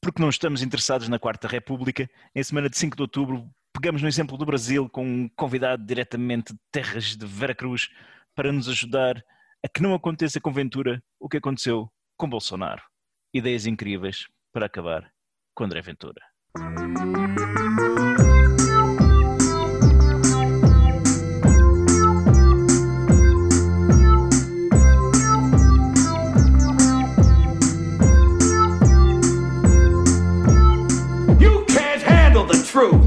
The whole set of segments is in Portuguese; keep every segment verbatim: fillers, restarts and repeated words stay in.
porque não estamos interessados na Quarta República, em semana de cinco de outubro, pegamos no exemplo do Brasil com um convidado diretamente de terras de Veracruz para nos ajudar a que não aconteça com Ventura o que aconteceu com Bolsonaro. Ideias incríveis para acabar com André Ventura. You can't handle the truth.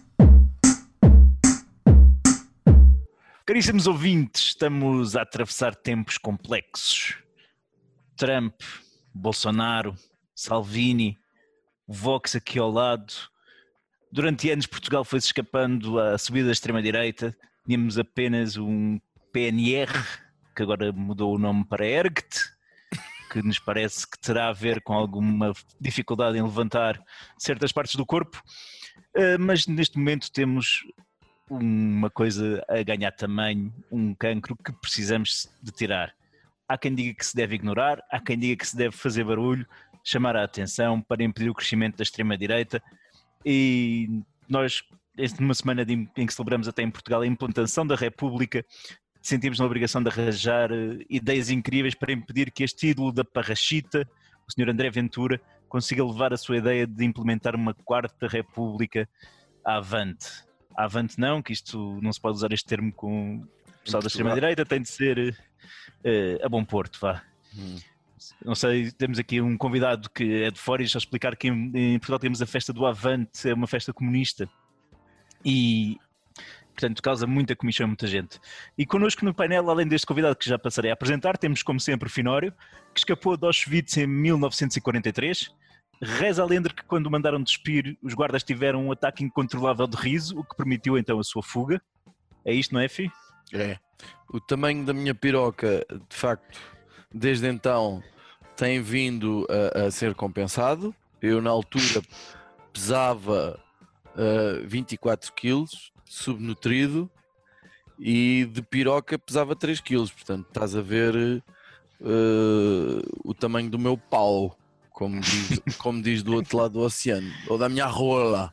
Caríssimos ouvintes, estamos a atravessar tempos complexos. Trump, Bolsonaro, Salvini, o Vox aqui ao lado. Durante anos Portugal foi-se escapando à subida da extrema-direita. Tínhamos apenas um P N R, que agora mudou o nome para ERGT, que nos parece que terá a ver com alguma dificuldade em levantar certas partes do corpo. Mas neste momento temos uma coisa a ganhar tamanho, um cancro que precisamos de tirar. Há quem diga que se deve ignorar, há quem diga que se deve fazer barulho, chamar a atenção para impedir o crescimento da extrema-direita, e nós, numa semana em que celebramos até em Portugal a implantação da República, sentimos na obrigação de arranjar ideias incríveis para impedir que este ídolo da parrachita, o senhor André Ventura, consiga levar a sua ideia de implementar uma Quarta República avante. Avante não, que isto não se pode usar este termo com o pessoal da extrema-direita, tem de ser uh, a bom porto, vá. Hum. Não sei, temos aqui um convidado que é de fora e já explicar que em, em Portugal temos a festa do Avante, é uma festa comunista e, portanto, causa muita comichão a muita gente. E connosco no painel, além deste convidado que já passarei a apresentar, temos como sempre Finório, que escapou de Auschwitz em mil novecentos e quarenta e três. Reza a lenda que quando o mandaram despir, os guardas tiveram um ataque incontrolável de riso, o que permitiu então a sua fuga. É isto, não é, Fi? É. O tamanho da minha piroca, de facto, desde então tem vindo a, a ser compensado. Eu na altura pesava uh, vinte e quatro quilos, subnutrido, e de piroca pesava três quilos. Portanto, estás a ver uh, o tamanho do meu pau. Como diz, como diz do outro lado do oceano, ou da minha rola.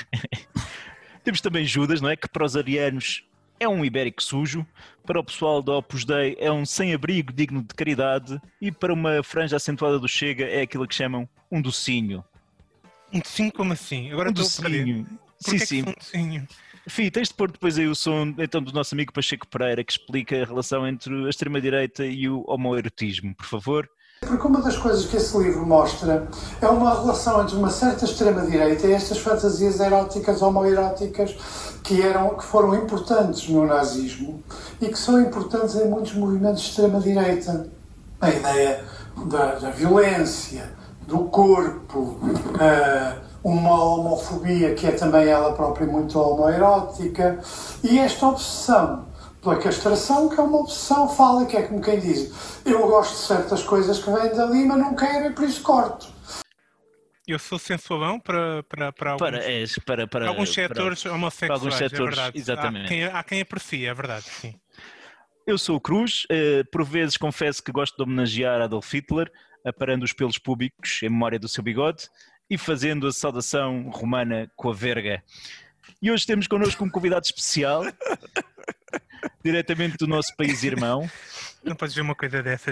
Temos também Judas, não é? Que para os arianos é um ibérico sujo, para o pessoal do Opus Dei é um sem-abrigo digno de caridade, e para uma franja acentuada do Chega é aquilo que chamam um docinho. Um docinho como assim? Agora um docinho. Sim, sim. Um docinho? Fih, tens de pôr depois aí o som então, do nosso amigo Pacheco Pereira, que explica a relação entre a extrema-direita e o homoerotismo, por favor. Porque uma das coisas que esse livro mostra é uma relação entre uma certa extrema-direita e estas fantasias eróticas, homoeróticas, que, eram, que foram importantes no nazismo e que são importantes em muitos movimentos de extrema-direita. A ideia da, da violência, do corpo, uh, uma homofobia que é também ela própria muito homoerótica, e esta obsessão pela castração, que é uma obsessão fálica, é como quem diz, eu gosto de certas coisas que vêm dali, mas não quero e por isso corto. Eu sou sensualão para, para, para, alguns, para, és, para, para, para alguns setores para, homossexuais, para alguns setores, é verdade. Exatamente. Há quem, há quem aprecia, é verdade, sim. Eu sou o Cruz, por vezes confesso que gosto de homenagear Adolf Hitler, aparando os pelos públicos em memória do seu bigode e fazendo a saudação romana com a verga. E hoje temos connosco um convidado especial, diretamente do nosso país irmão. Não podes ver uma coisa dessa.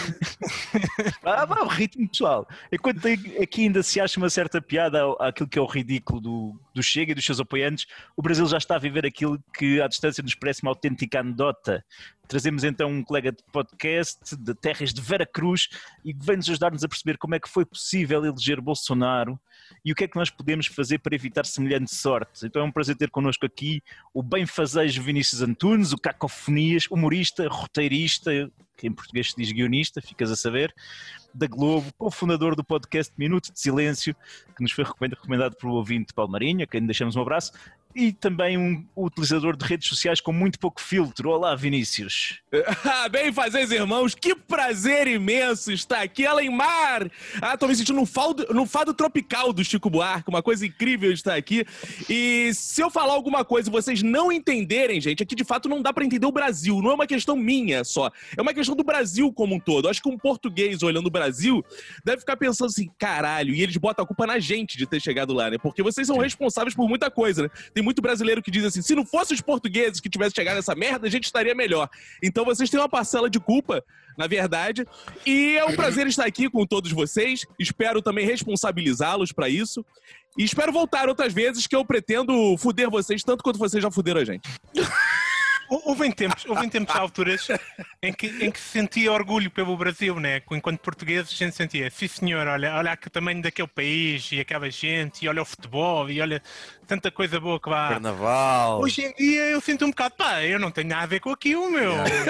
Ah, vá, o ritmo, pessoal. Enquanto aqui ainda se acha uma certa piada àquilo que é o ridículo do, do Chega e dos seus apoiantes, o Brasil já está a viver aquilo que à distância nos parece uma autêntica anedota. Trazemos então um colega de podcast de terras de Veracruz e vem-nos ajudar-nos a perceber como é que foi possível eleger Bolsonaro e o que é que nós podemos fazer para evitar semelhante sorte. Então é um prazer ter connosco aqui o bem-fazejo Vinícius Antunes, o Cacofonias, humorista, roteirista, que em português se diz guionista, ficas a saber, da Globo, cofundador do podcast Minuto de Silêncio, que nos foi recomendado pelo ouvinte Paulo Marinho, a quem deixamos um abraço, e também um utilizador de redes sociais com muito pouco filtro. Olá, Vinícius. Bem fazeres, irmãos, que prazer imenso estar aqui, Alemar. Ah, tô me sentindo num fado, num fado tropical do Chico Buarque, uma coisa incrível estar aqui. E se eu falar alguma coisa e vocês não entenderem, gente, aqui de fato não dá pra entender o Brasil, não é uma questão minha só, é uma questão questão do Brasil como um todo. Eu acho que um português olhando o Brasil deve ficar pensando assim, caralho, e eles botam a culpa na gente de ter chegado lá, né? Porque vocês são responsáveis por muita coisa, né? Tem muito brasileiro que diz assim, se não fosse os portugueses que tivessem chegado nessa merda, a gente estaria melhor. Então vocês têm uma parcela de culpa, na verdade, e é um prazer estar aqui com todos vocês. Espero também responsabilizá-los para isso. E espero voltar outras vezes, que eu pretendo fuder vocês tanto quanto vocês já fuderam a gente. Houve em tempos, houve em tempos alturas em que, em que se sentia orgulho pelo Brasil, né? Enquanto portugueses a gente sentia, sim senhor, olha, olha o tamanho daquele país e aquela gente, e olha o futebol, e olha tanta coisa boa que lá. Carnaval. Hoje em dia eu sinto um bocado, pá, eu não tenho nada a ver com aquilo, meu.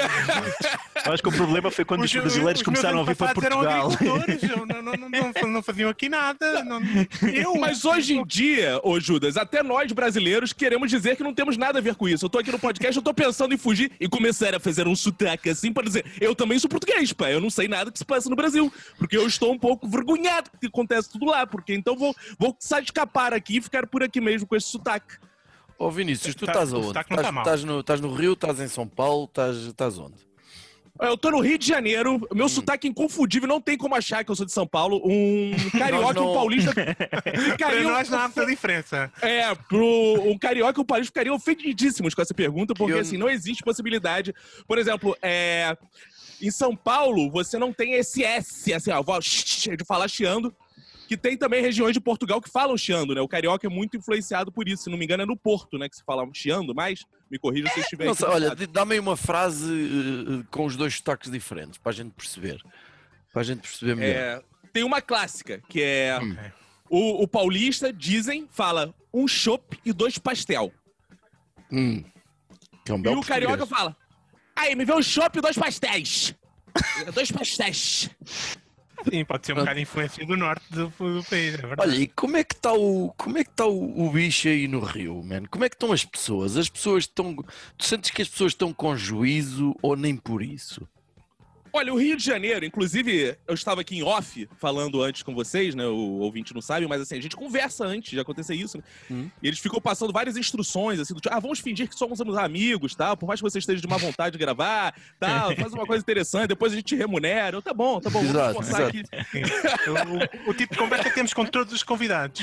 Eu acho que o problema foi quando os, os brasileiros os começaram a vir para Portugal. Eram agricultores, não, não, não, não, não faziam aqui nada. Não, eu, Mas hoje em dia, ô Judas, até nós brasileiros queremos dizer que não temos nada a ver com isso. Eu tô aqui no podcast, eu tô pensando em fugir e começar a fazer um sotaque assim para dizer, eu também sou português, pá, eu não sei nada que se passa no Brasil, porque eu estou um pouco vergonhado que acontece tudo lá, porque então vou, vou sair escapar aqui e ficar por aqui mesmo com esse sotaque. Ô Vinícius, tu Tá- estás o aonde? sotaque não tá Estás mal. estás no, estás no Rio, estás em São Paulo, estás, estás onde? Eu tô no Rio de Janeiro, meu sotaque inconfundível, não tem como achar que eu sou de São Paulo. Um carioca e não- um paulista para ficariam... nós não há muita diferença. É, pro um carioca e um paulista ficariam ofendidíssimos com essa pergunta, porque Eu- assim, não existe possibilidade. Por exemplo, é, em São Paulo, você não tem esse S, assim, ó, voz de falar chiando, que tem também regiões de Portugal que falam chiando, né? O carioca é muito influenciado por isso, se não me engano é no Porto, né, que se fala chiando, mas me corrija se eu estiver Nossa, olha, equivocado. dá-me aí uma frase eh, com os dois sotaques diferentes, para a gente perceber. Para a gente perceber melhor. É, tem uma clássica, que é Hum. o, o paulista, dizem, fala um chopp e dois pastel. Hum. Que é um E belo o carioca português. fala, aí, me vê um chopp e dois pastéis. Dois pastéis. Sim, pode ser um bocado de influência do norte do, do país, é verdade. Olha, e como é que está o, como é que está o, o bicho aí no Rio, man? Como é que estão as pessoas? As pessoas estão... Tu sentes que as pessoas estão com juízo ou nem por isso? Olha, o Rio de Janeiro, inclusive, eu estava aqui em off, falando antes com vocês, né? O ouvinte não sabe, mas assim, a gente conversa antes de acontecer isso, né? Hum. E eles ficam passando várias instruções, assim, do tipo, ah, vamos fingir que somos amigos, tal, por mais que você esteja de má vontade de gravar, tal, faz uma coisa interessante, depois a gente te remunera. Eu, tá bom, tá bom, vamos Exato, forçar exato. aqui. O, o- o tipo de conversa que temos com todos os convidados.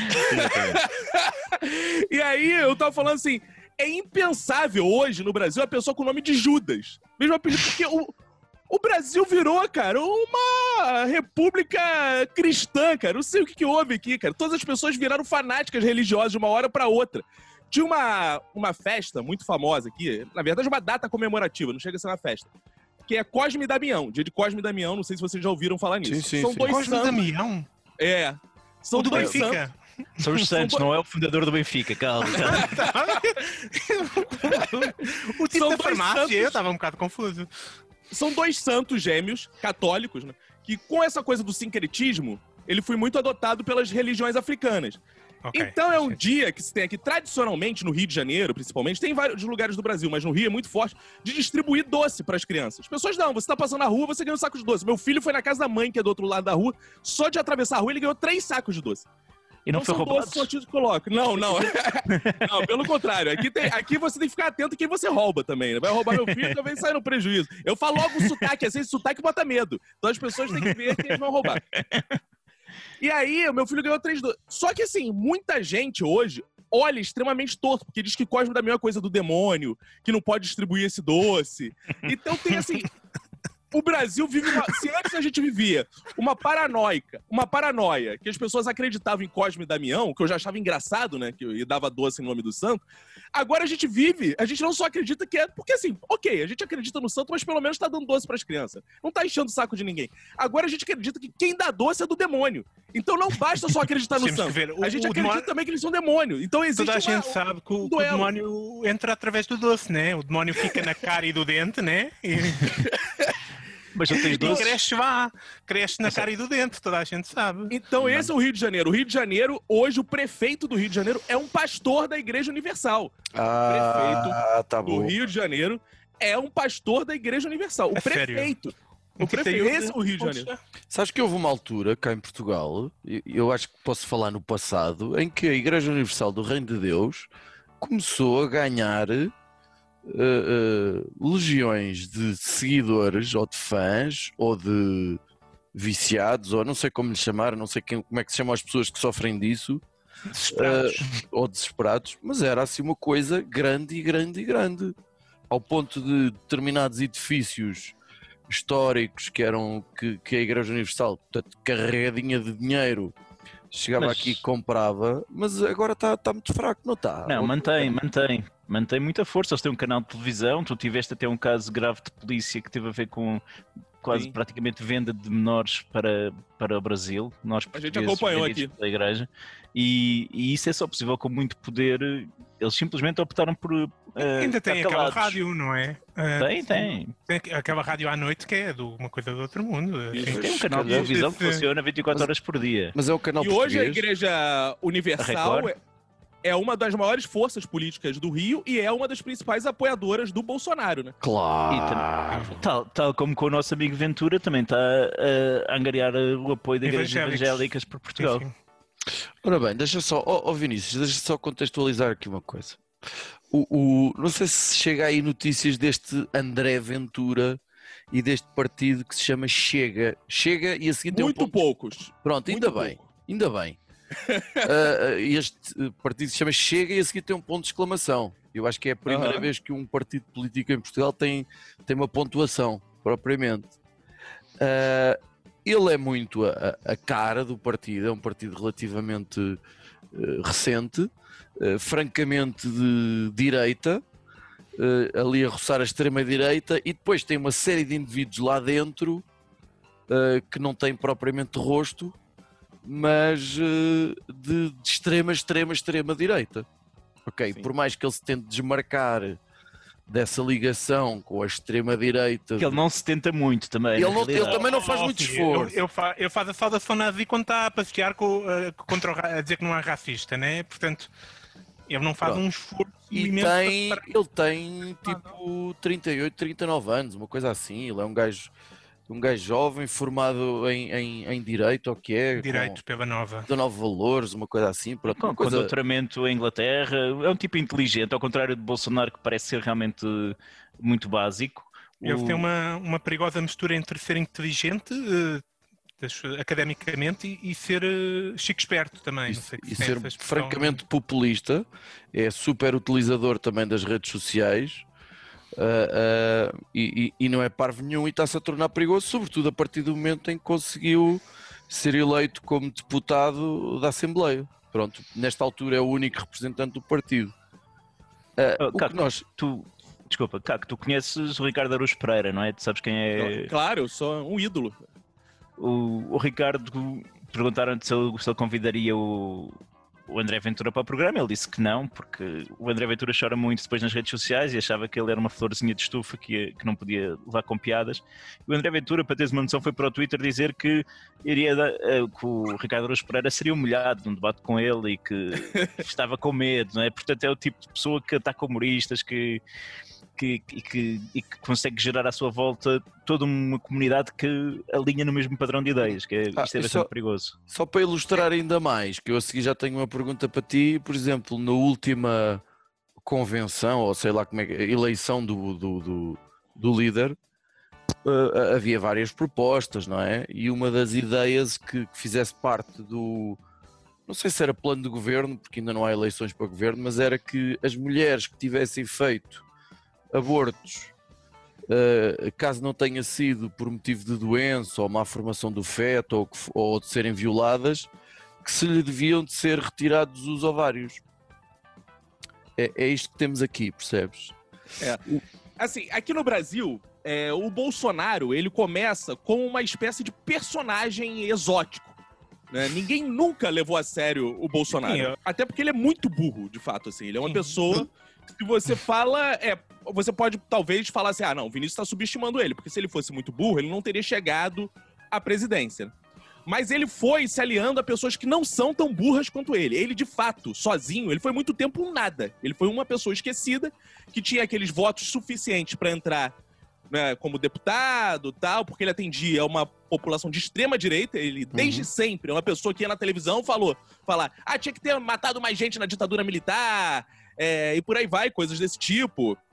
E aí, eu tava falando assim, é impensável hoje no Brasil a pessoa com o nome de Judas. Mesmo apelido, porque o, o Brasil virou, cara, uma república cristã, cara. Não sei o que, que houve aqui, cara. Todas as pessoas viraram fanáticas religiosas de uma hora pra outra. Tinha uma, uma festa muito famosa aqui, na verdade uma data comemorativa, não chega a ser uma festa, que é Cosme e Damião, dia de Cosme e Damião, não sei se vocês já ouviram falar nisso. Sim, sim, São sim. dois Cosme santos. Damião, É. São o do dois santos. Benfica. São os Santos, não é o fundador do Benfica, calma. calma. O tipo São da dois farmácia, santos. eu estava um bocado confuso. São dois santos gêmeos, católicos, né? Que com essa coisa do sincretismo, ele foi muito adotado pelas religiões africanas. Ok. Então é um dia que se tem aqui, tradicionalmente, no Rio de Janeiro, principalmente, tem em vários lugares do Brasil, mas no Rio é muito forte, de distribuir doce para as crianças. As pessoas não, você tá passando na rua, você ganha um saco de doce. Meu filho foi na casa da mãe, que é do outro lado da rua, só de atravessar a rua ele ganhou três sacos de doce. E não foi são roubado? doces sortidos que coloca. Não, não. Não, pelo contrário. Aqui, tem, aqui você tem que ficar atento quem você rouba também, né? Vai roubar meu filho, talvez saia no prejuízo. Eu falo logo o sotaque, assim, esse sotaque bota medo. Então as pessoas têm que ver que eles vão roubar. E aí, o meu filho ganhou três doces. Só que, assim, muita gente hoje olha extremamente torto, porque diz que Cosme Damião é coisa do demônio, que não pode distribuir esse doce. Então tem, assim... O Brasil vive uma... Se antes a gente vivia uma paranoica, uma paranoia, que as pessoas acreditavam em Cosme e Damião, que eu já achava engraçado, né? Que eu dava doce em nome do santo. Agora a gente vive, a gente não só acredita que é... Porque assim, ok, a gente acredita no santo, mas pelo menos tá dando doce pras crianças. Não tá enchendo o saco de ninguém. Agora a gente acredita que quem dá doce é do demônio. Então não basta só acreditar no Temos que santo. ver, o- A gente o acredita demônio- também que eles são demônio. Então existe Toda a uma- gente sabe que o, um que o duelo. demónio entra através do doce, né? O demónio fica na cara e do dente, né? E, Mas não tens e doces? cresce lá, cresce na cara e do dente, toda a gente sabe. Então esse é o Rio de Janeiro. O Rio de Janeiro, hoje o prefeito do Rio de Janeiro é um pastor da Igreja Universal. Ah, tá Do bom. Rio de Janeiro é um pastor da Igreja Universal. O É sério? prefeito. Em O que prefeito. período? Esse é o Rio de Janeiro. Sabes que houve uma altura cá em Portugal, e eu acho que posso falar no passado, em que a Igreja Universal do Reino de Deus começou a ganhar uh, uh, legiões de seguidores, ou de fãs, ou de viciados, ou não sei como lhe chamar, não sei quem, como é que se chamam as pessoas que sofrem disso, Desesperados. uh, ou desesperados, mas era assim uma coisa grande e grande e grande, ao ponto de determinados edifícios históricos que eram que, que a Igreja Universal, portanto, carregadinha de dinheiro, chegava Mas- aqui e comprava, mas agora está tá muito fraco, não está? Não, mantém, mantém. Mantém muita força. Eles têm um canal de televisão. Tu tiveste até um caso grave de polícia que teve a ver com quase Sim. praticamente venda de menores para, para o Brasil. Nós A gente portugueses acompanhou vendidos aqui. pela igreja. E, e isso é só possível com muito poder. Eles simplesmente optaram por uh, Ainda tem ficar aquela calados. rádio, não é? Ah, Tem, tem. tem aquela rádio à noite que é do, uma coisa do outro mundo. Isso. Tem um canal de calhar. televisão que Esse- funciona vinte e quatro Mas- horas por dia. Mas é o canal E hoje a português. Igreja Universal Record? é, é uma das maiores forças políticas do Rio e é uma das principais apoiadoras do Bolsonaro, né? Claro. Tal, tal como com o nosso amigo Ventura, também está a angariar uh, o apoio da igrejas Evangélicos. evangélicas por Portugal. Sim, sim. Ora bem, deixa só, ó ó Vinícius, deixa só contextualizar aqui uma coisa. O, o- não sei se chega aí notícias deste André Ventura e deste partido que se chama Chega. Chega e a seguir tem um Muito ponto... poucos. Pronto, ainda muito bem, pouco. ainda bem. Ah, ah, este eh, partido se chama Chega e a seguir tem um ponto de exclamação. Eu acho que é a primeira Aham. vez que um partido político em Portugal tem, tem uma pontuação, propriamente. Ah, ele é muito a, a cara do partido, é um partido relativamente eh, recente, eh, francamente de direita, eh, ali a roçar a extrema-direita, e depois tem uma série de indivíduos lá dentro eh, que não têm propriamente rosto, mas eh, de, de extrema, extrema, extrema direita. Ok, Sim. por mais que ele se tente desmarcar dessa ligação com a extrema-direita. Que ele não se tenta muito também. Ele na não- ele realidade. também não faz Oh, muito sim, esforço. Eu, eu, fa, eu faço a saudação nazi quando está a passear com, eh, contra o, ra- a dizer que não é racista, né? Portanto, ele não faz Pronto. um esforço E imenso tem, para- ele tem tipo trinta e oito, trinta e nove anos, uma coisa assim. Ele é um gajo, um gajo jovem, formado em, em, em Direito, ou que é? direitos pela nova. Com dezenove valores, uma coisa assim. Pronto, Com, uma com coisa... doutoramento em Inglaterra, é um tipo inteligente, ao contrário de Bolsonaro, que parece ser realmente muito básico. Ele O- tem uma, uma perigosa mistura entre ser inteligente eh, das- academicamente e, e ser eh, chique esperto também. E, não sei e se tem ser essa expressão. francamente populista, é super utilizador também das redes sociais. ah, ah, e, e- e não é parvo nenhum e está-se a tornar perigoso, sobretudo a partir do momento em que conseguiu ser eleito como deputado da Assembleia. Pronto, nesta altura é o único representante do partido. Ah, Oh, o que Caco, nós... tu, desculpa, Caco, tu conheces o Ricardo Araújo Pereira, não é? Tu sabes quem é? Claro, eu sou um ídolo. O, o Ricardo, perguntaram-te se ele, se ele convidaria o, o André Ventura para o programa. Ele disse que não, porque o André Ventura chora muito depois nas redes sociais e achava que ele era uma florzinha de estufa que, ia- que não podia levar com piadas. E o André Ventura, para teres uma noção, foi para o Twitter dizer que, iria dar- eh, que o Ricardo Araújo Pereira seria humilhado num debate com ele e que estava com medo, não é? Portanto, é o tipo de pessoa que ataca humoristas, que, que, e que, e que consegue gerar à sua volta toda uma comunidade que alinha no mesmo padrão de ideias, que é, Ah, isto é e bastante só- perigoso. Só para ilustrar ainda mais, que eu a seguir já tenho uma pergunta para ti, por exemplo, na última convenção, ou sei lá como é que eleição do, do, do, do líder, eh, havia várias propostas, não é? E uma das ideias que, que fizesse parte do, não sei se era plano de governo, porque ainda não há eleições para governo, mas era que as mulheres que tivessem feito abortos, Uh, caso não tenha sido por motivo de doença ou má formação do feto ou, que f- ou de serem violadas, que se lhe deviam de ser retirados os ovários. É, é isto que temos aqui, percebes? Assim, aqui no Brasil, é, o Bolsonaro, ele começa como uma espécie de personagem exótico. Né? Ninguém nunca levou a sério o Bolsonaro. Sim, eu- Até porque ele é muito burro, de fato, assim. Ele é uma Sim. pessoa que se você fala... É, você pode, talvez, falar assim, ah, não, o Vinícius está subestimando ele, porque se ele fosse muito burro, ele não teria chegado à presidência. Mas ele foi se aliando a pessoas que não são tão burras quanto ele. Ele, de fato, sozinho, ele foi muito tempo um nada. Ele foi uma pessoa esquecida, que tinha aqueles votos suficientes para entrar, né, como deputado e tal, porque ele atendia uma população de extrema direita. Ele, desde sempre, é uma pessoa que ia na televisão falou, falar, ah, tinha que ter matado mais gente na ditadura militar, é, e por aí vai, coisas desse tipo.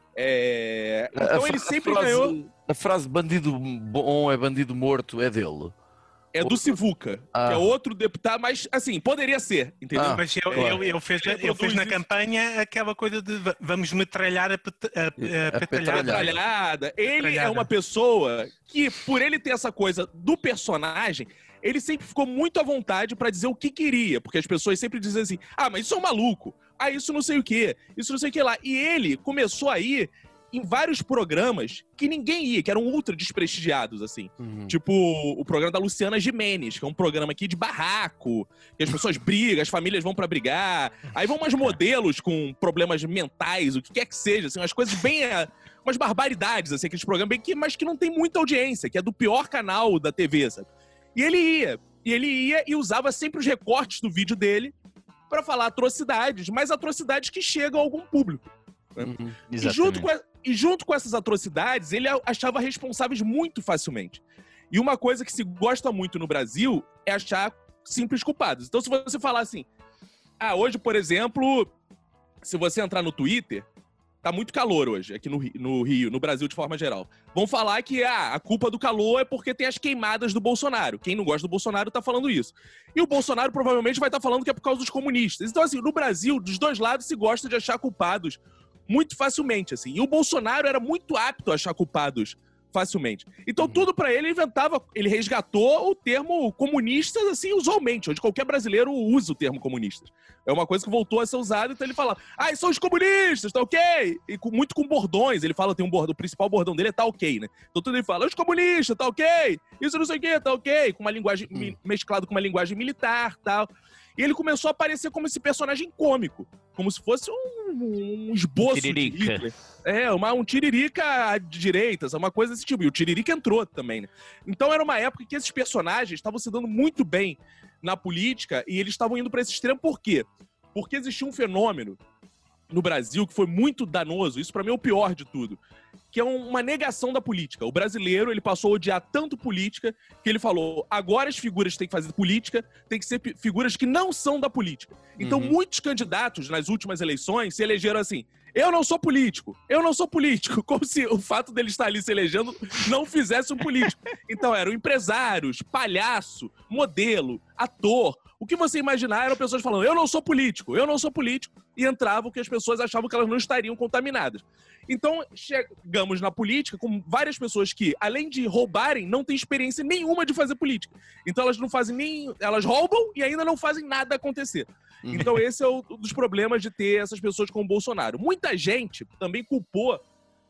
É... A- Então a ele fra- sempre a frase, ganhou. A frase bandido bom é bandido morto é dele. É do Sivuca, Ah. que é outro deputado, mas assim, poderia ser, entendeu? Ah. Mas ele, Claro. ele, ele fez, Ele ele fez produz na isso. campanha aquela coisa de va- vamos metralhar a, pet- a, a, A petalhada. petralhada. Petralhada. Ele é Petralhada. uma pessoa que, por ele ter essa coisa do personagem, ele sempre ficou muito à vontade pra dizer o que queria, porque as pessoas sempre dizem assim: ah, mas isso é um maluco, ah, isso não sei o quê, isso não sei o que lá. E ele começou a ir em vários programas que ninguém ia, que eram ultra desprestigiados, assim. Uhum. Tipo, o programa da Luciana Gimenez, que é um programa aqui de barraco, que as pessoas brigam, as famílias vão pra brigar, aí vão umas modelos com problemas mentais, o que quer que seja, assim, umas coisas bem... eh, umas barbaridades, assim, aqueles programas bem que, mas que não tem muita audiência, que é do pior canal da T V, sabe? E ele ia, e ele ia e usava sempre os recortes do vídeo dele pra falar atrocidades, mas atrocidades que chegam a algum público. Uhum. E junto, com a- e junto com essas atrocidades, ele a- achava responsáveis muito facilmente. E uma coisa que se gosta muito no Brasil é achar simples culpados. Então, se você falar assim, ah, hoje, por exemplo, se você entrar no Twitter, tá muito calor hoje, aqui no Rio, no Rio, no Brasil de forma geral. Vão falar que ah, a culpa do calor é porque tem as queimadas do Bolsonaro. Quem não gosta do Bolsonaro tá falando isso. E o Bolsonaro provavelmente vai estar falando que é por causa dos comunistas. Então, assim, no Brasil, dos dois lados se gosta de achar culpados muito facilmente, assim. E o Bolsonaro era muito apto a achar culpados facilmente. Então, tudo pra ele, ele inventava, ele resgatou o termo comunistas, assim, usualmente. Hoje qualquer brasileiro usa o termo comunistas. É uma coisa que voltou a ser usada, então ele fala, ah, são os comunistas, tá ok? E com, muito com bordões, ele fala, tem um bordão, o principal bordão dele é tá ok, né? Então tudo ele fala, os comunistas, tá ok? Isso não sei o que, tá ok? Com uma linguagem, mi- mesclado com uma linguagem militar, tal. E ele começou a aparecer como esse personagem cômico, como se fosse um, um esboço de Tiririca. Hitler. É, uma, um tiririca de direitas, uma coisa desse tipo. E o tiririca entrou também, né? Então era uma época que esses personagens estavam se dando muito bem na política e eles estavam indo para esse extremo. Por quê? Porque existia um fenômeno no Brasil que foi muito danoso, isso pra mim é o pior de tudo, que é um- uma negação da política. O brasileiro, ele passou a odiar tanto política que ele falou, agora as figuras que têm que fazer política têm que ser pi- figuras que não são da política. Então, Uhum. muitos candidatos nas últimas eleições se elegeram assim, eu não sou político, eu não sou político, como se o fato dele estar ali se elegendo não fizesse um político. Então, eram empresários, palhaço, modelo, ator. O que você imaginar eram pessoas falando, eu não sou político, eu não sou político, e entravam que as pessoas achavam que elas não estariam contaminadas. Então, chegamos na política com várias pessoas que, além de roubarem, não têm experiência nenhuma de fazer política. Então, elas não fazem nem... Elas roubam e ainda não fazem nada acontecer. Então, esse é o- um dos problemas de ter essas pessoas com o Bolsonaro. Muita gente também culpou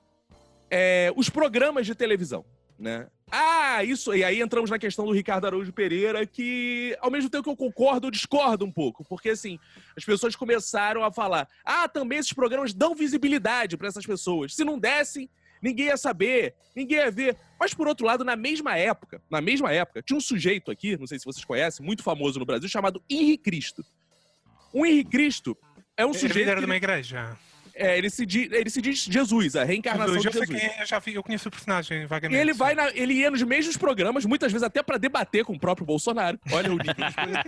é, os programas de televisão, né? Ah, isso... E aí entramos na questão do Ricardo Araújo Pereira, que, ao mesmo tempo que eu concordo, eu discordo um pouco. Porque, assim, as pessoas começaram a falar, ah, também esses programas dão visibilidade para essas pessoas. Se não dessem, ninguém ia saber, ninguém ia ver. Mas, por outro lado, na mesma época, na mesma época, tinha um sujeito aqui, não sei se vocês conhecem, muito famoso no Brasil, chamado Henrique Cristo. O Henrique Cristo é um Ele sujeito... era que de uma ele, igreja. é, ele, se diz, ele se diz Jesus, a reencarnação Eu, de já sei Jesus. quem é, eu já vi, eu conheço o personagem E vagamente. ele, vai sim. na- ele ia nos mesmos programas, muitas vezes até pra debater com o próprio Bolsonaro. Olha o nível das coisas.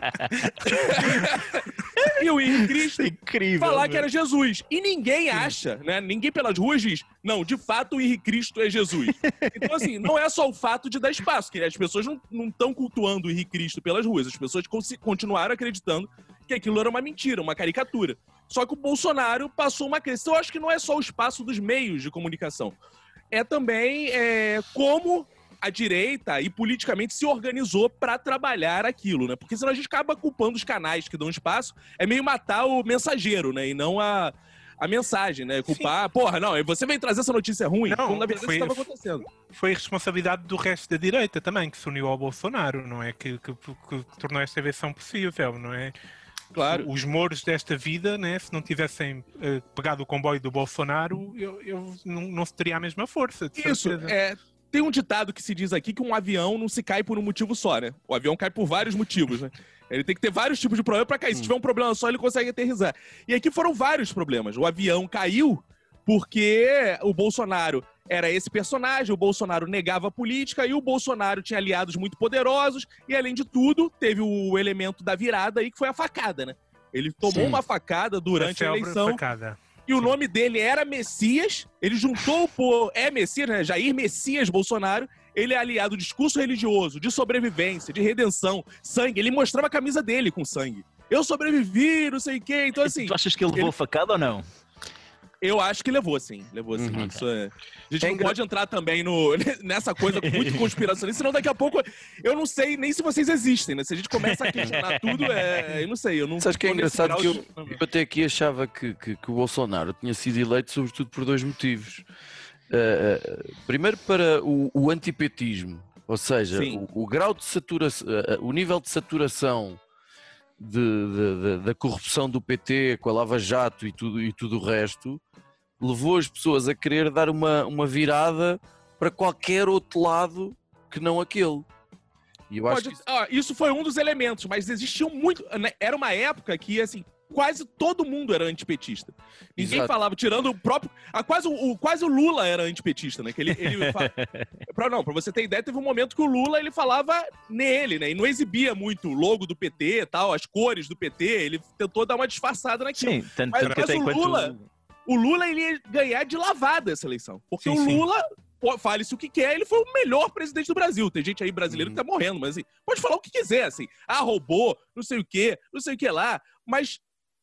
E o Henrique Cristo Incrível. falar meu. que era Jesus. E ninguém acha, né? Ninguém pelas ruas diz, não, de fato o Henrique Cristo é Jesus. Então, assim, não é só o fato de dar espaço, que as pessoas não estão cultuando o Henrique Cristo pelas ruas, as pessoas consi- continuaram acreditando que aquilo era uma mentira, uma caricatura. Só que o Bolsonaro passou uma questão, eu acho que não é só o espaço dos meios de comunicação, é também é, como a direita e politicamente se organizou para trabalhar aquilo, né? Porque senão a gente acaba culpando os canais que dão espaço, é meio matar o mensageiro, né? E não a, a mensagem, né? Culpar, porra, não, você vem trazer essa notícia ruim, Não, quando na verdade foi- isso estava acontecendo. Foi responsabilidade do resto da direita também, que se uniu ao Bolsonaro, não é? Que, que, que tornou esta eleição possível, não é? Claro. Os mouros desta vida, né, se não tivessem eh, pegado o comboio do Bolsonaro, eu, eu não, não se teria a mesma força. De Isso, certeza. é, tem um ditado que se diz aqui que um avião não se cai por um motivo só, né? O avião cai por vários motivos, né? Ele tem que ter vários tipos de problema pra cair. Se tiver um problema só, ele consegue aterrissar. E aqui foram vários problemas. O avião caiu porque o Bolsonaro era esse personagem, o Bolsonaro negava a política e o Bolsonaro tinha aliados muito poderosos e, além de tudo, teve o elemento da virada aí, que foi a facada, né? Ele tomou Sim. uma facada durante a célebre eleição. facada. e o nome dele era Messias, ele juntou por... É Messias, né? Jair Messias Bolsonaro. Ele é aliado do discurso religioso, de sobrevivência, de redenção, sangue. Ele mostrava a camisa dele com sangue. Eu sobrevivi, não sei o quê. Então, assim... Tu achas que ele levou ele... facada ou não? Eu acho que levou, sim. Levou, sim. Uhum. Isso é... A gente É não engra... pode entrar também no... nessa coisa muito conspiracionista, senão daqui a pouco eu não sei nem se vocês existem, né? Se a gente começa a questionar tudo, é... eu não sei. Eu não Sabes que é engraçado que eu, de... eu até aqui achava que, que, que o Bolsonaro tinha sido eleito sobretudo por dois motivos. Uh, primeiro para o, o antipetismo, ou seja, o, o grau de saturação, uh, o nível de saturação de, de, de, da corrupção do P T com a Lava Jato e tudo, e tudo o resto, levou as pessoas a querer dar uma, uma virada para qualquer outro lado que não aquele. E eu acho Pode, que... ah, isso foi um dos elementos, mas existiam muito... Né? Era uma época que, assim, quase todo mundo era antipetista. Ninguém Exato. falava, tirando o próprio... Ah, quase, o, quase o Lula era antipetista, né? Que ele, ele fala... pra, não, pra você ter ideia, teve um momento que o Lula, ele falava nele, né? E não exibia muito o logo do P T e tal, as cores do P T, ele tentou dar uma disfarçada naquilo. Sim, tanto, mas, tanto que mas até o enquanto... Lula... O Lula, ele ia ganhar de lavada essa eleição. Porque Sim, o sim. Lula, pô, fale-se o que quer, ele foi o melhor presidente do Brasil. Tem gente aí brasileiro Uhum. que tá morrendo, mas assim, pode falar o que quiser, assim. Ah, roubou, não sei o quê, não sei o que lá. Mas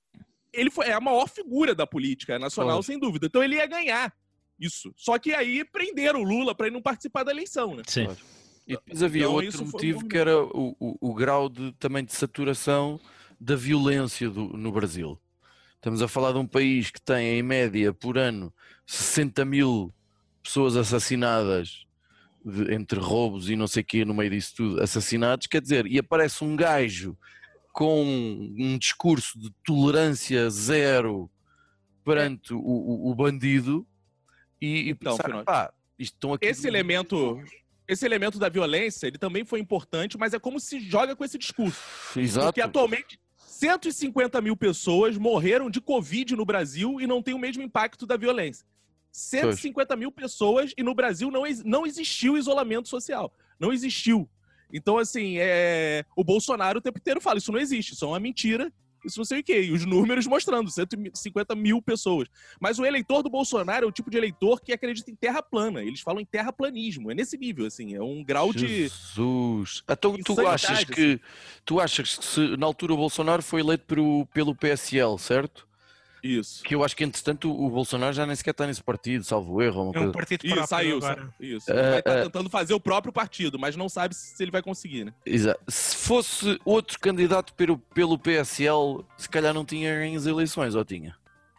ele foi, é a maior figura da política nacional, Claro. sem dúvida. Então ele ia ganhar isso. Só que aí prenderam o Lula pra ele não participar da eleição, né? Sim. Claro. E depois havia Então, outro isso foi motivo um que era o, o, o grau de, também de saturação da violência do, no Brasil. Estamos a falar de um país que tem, em média, por ano, sessenta mil pessoas assassinadas, de, entre roubos e não sei o quê, no meio disso tudo, assassinados, quer dizer, e aparece um gajo com um discurso de tolerância zero perante o, o, o bandido e, e Então, pensar, Fernando, pá, isto estão aqui... Esse elemento... Esse elemento da violência, ele também foi importante, mas é como se joga com esse discurso. Exato. Porque atualmente cento e cinquenta mil pessoas morreram de Covid no Brasil e não tem o mesmo impacto da violência. cento e cinquenta mil pessoas e no Brasil não, ex- não existiu isolamento social. Não existiu. Então, assim, é... o Bolsonaro o tempo inteiro fala, isso não existe, isso é uma mentira, isso não sei o quê. E os números mostrando, cento e cinquenta mil pessoas. Mas o eleitor do Bolsonaro é o tipo de eleitor que acredita em terra plana. Eles falam em terraplanismo. É nesse nível, assim. É um grau de... Jesus. Então tu Insanidade, achas que tu achas que se, na altura o Bolsonaro foi eleito pelo, pelo P S L, certo? Isso. Que eu acho que entretanto o Bolsonaro já nem sequer está nesse partido, salvo erro, ou uma É um coisa. partido Isso, próprio saiu. agora. sa- Isso. É, Ele vai estar é. tentando fazer o próprio partido, mas não sabe se ele vai conseguir, né? Exato. Se fosse outro candidato pelo, pelo P S L, se calhar não tinha ganho as eleições, ou tinha?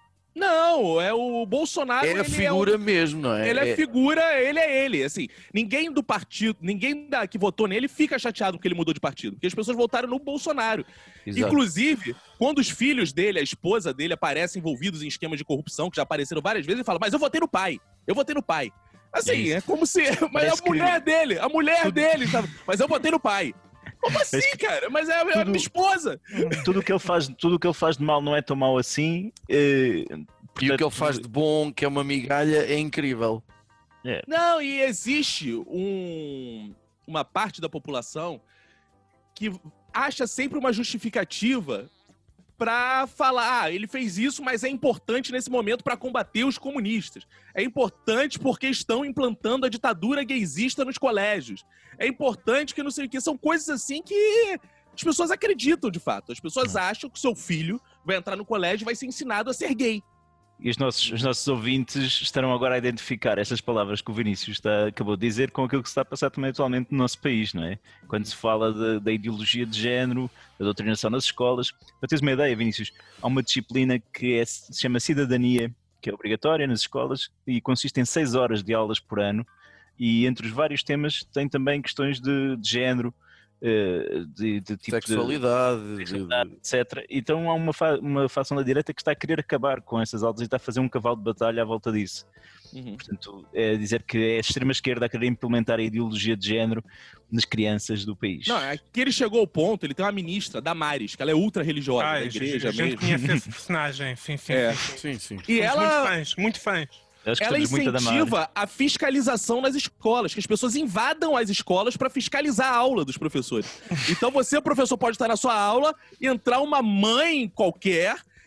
Não, é o Bolsonaro. É a ele figura é o- mesmo, não é? Ele é É- figura, ele é ele. Assim, ninguém do partido, ninguém da, que votou nele fica chateado porque ele mudou de partido. Porque as pessoas votaram no Bolsonaro. Exato. Inclusive, quando os filhos dele, a esposa dele, aparecem envolvidos em esquemas de corrupção, que já apareceram várias vezes, ele fala, mas eu votei no pai. Eu votei no pai. Assim, É isso. é como se... Mas Parece a mulher dele, a mulher dele, sabe? Mas eu votei no pai. Como assim, Parece que cara? Mas é a, é a tudo- minha esposa. Tudo o que ele faz, tudo o que ele faz de mal não é tão mau assim. eh, E o portanto, que ele faz de bom, que é uma migalha, é incrível. Não, e existe um, uma parte da população que acha sempre uma justificativa pra falar, ah, ele fez isso, mas é importante nesse momento pra combater os comunistas. É importante porque estão implantando a ditadura gaysista nos colégios. É importante que não sei o que. São coisas assim que as pessoas acreditam de fato. As pessoas acham que o seu filho vai entrar no colégio e vai ser ensinado a ser gay. E os nossos, os nossos ouvintes estarão agora a identificar estas palavras que o Vinícius está, acabou de dizer com aquilo que se está a passar também atualmente no nosso país, não é? Quando se fala de- da ideologia de género, da doutrinação nas escolas. Para teres uma ideia, Vinícius, há uma disciplina que é- se chama Cidadania, que é obrigatória nas escolas e consiste em seis horas de aulas por ano. E entre os vários temas tem também questões de, de género, eh, de, de tipo de Sexualidade, de- sexualidade, etcétera. Então há uma, fa uma facção da direita que está a querer acabar com essas aulas e está a fazer um cavalo de batalha à volta disso. Uhum. Portanto, é dizer que é a extrema-esquerda a querer implementar a ideologia de género nas crianças do país. Não, é que ele chegou ao ponto, ele tem uma ministra, Damares, que ela é ultra religiosa, Ah, da a igreja gente mesmo. conhece esse personagem, sim, sim. É. sim, sim. Sim, sim. E Somos ela, muito fãs, muito fãs. Acho que ela somos muito a Damares. incentiva a fiscalização nas escolas, que as pessoas invadam as escolas para fiscalizar a aula dos professores. Então você, professor, pode estar na sua aula e entrar uma mãe qualquer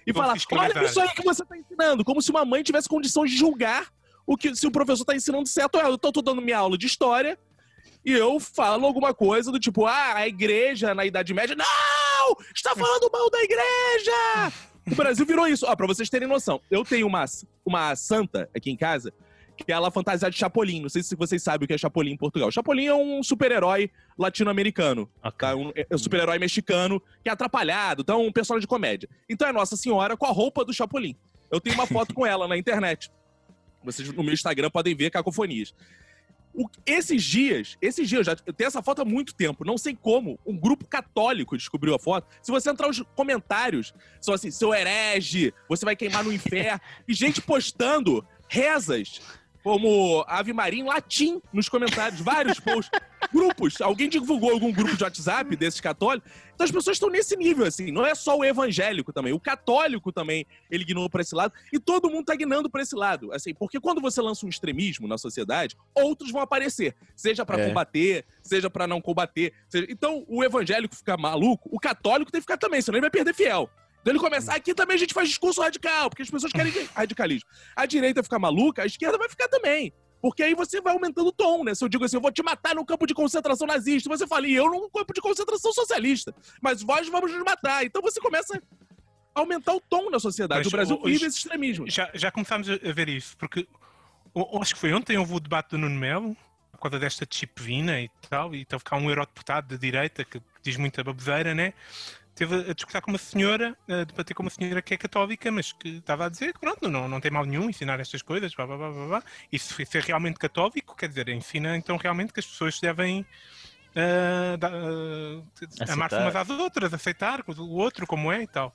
e Vou falar, fiscalizar. olha isso aí que você tá ensinando, como se uma mãe tivesse condição de julgar o que, se o professor tá ensinando certo ou errado. Então eu tô dando minha aula de história e eu falo alguma coisa do tipo, ah, a igreja na Idade Média, não! Está falando mal da igreja! O Brasil virou isso. Ó, pra vocês terem noção, eu tenho uma, uma santa aqui em casa, que ela é fantasiada de Chapolin. Não sei se vocês sabem o que é Chapolin em Portugal. Chapolin é um super-herói latino-americano. Ok. Tá? Um, é um super-herói mexicano, que é atrapalhado, então é um personagem de comédia. Então é Nossa Senhora com a roupa do Chapolin. Eu tenho uma foto com ela na internet. Vocês no meu Instagram podem ver cacofonias. O, esses dias, esses dias, eu já eu tenho essa foto há muito tempo, não sei como, um grupo católico descobriu a foto. Se você entrar nos comentários, são assim, seu herege, você vai queimar no inferno, e gente postando rezas como Ave Maria em latim nos comentários, vários posts, grupos, alguém divulgou algum grupo de WhatsApp desses católicos, então as pessoas estão nesse nível, assim, não é só o evangélico também, o católico também, ele guinou pra esse lado, e todo mundo tá guinando pra esse lado, assim, porque quando você lança um extremismo na sociedade, outros vão aparecer, seja pra É. combater, seja pra não combater, seja... então o evangélico fica maluco, o católico tem que ficar também, senão ele vai perder fiel. Então ele começa, aqui também a gente faz discurso radical, porque as pessoas querem radicalismo. A direita fica maluca, a esquerda vai ficar também. Porque aí você vai aumentando o tom, né? Se eu digo assim, eu vou te matar no campo de concentração nazista, você fala, e eu num campo de concentração socialista. Mas vós vamos nos matar. Então você começa a aumentar o tom na sociedade. Mas, o Brasil hoje- vive esse extremismo. Já, já começámos a a ver isso, porque o- acho que foi ontem houve o debate do Nuno Melo, por causa desta chipvina e tal, e teve cá um eurodeputado de direita que diz muita baboseira, né? Teve a discutir com uma senhora, a debater com uma senhora que é católica, mas que estava a dizer que pronto, não, não tem mal nenhum ensinar estas coisas, blá, blá, blá, blá, blá. E se ser realmente católico, quer dizer, ensina então realmente que as pessoas devem ah, da- ah, Aceitar. amar-se umas às outras, aceitar o outro como é e tal.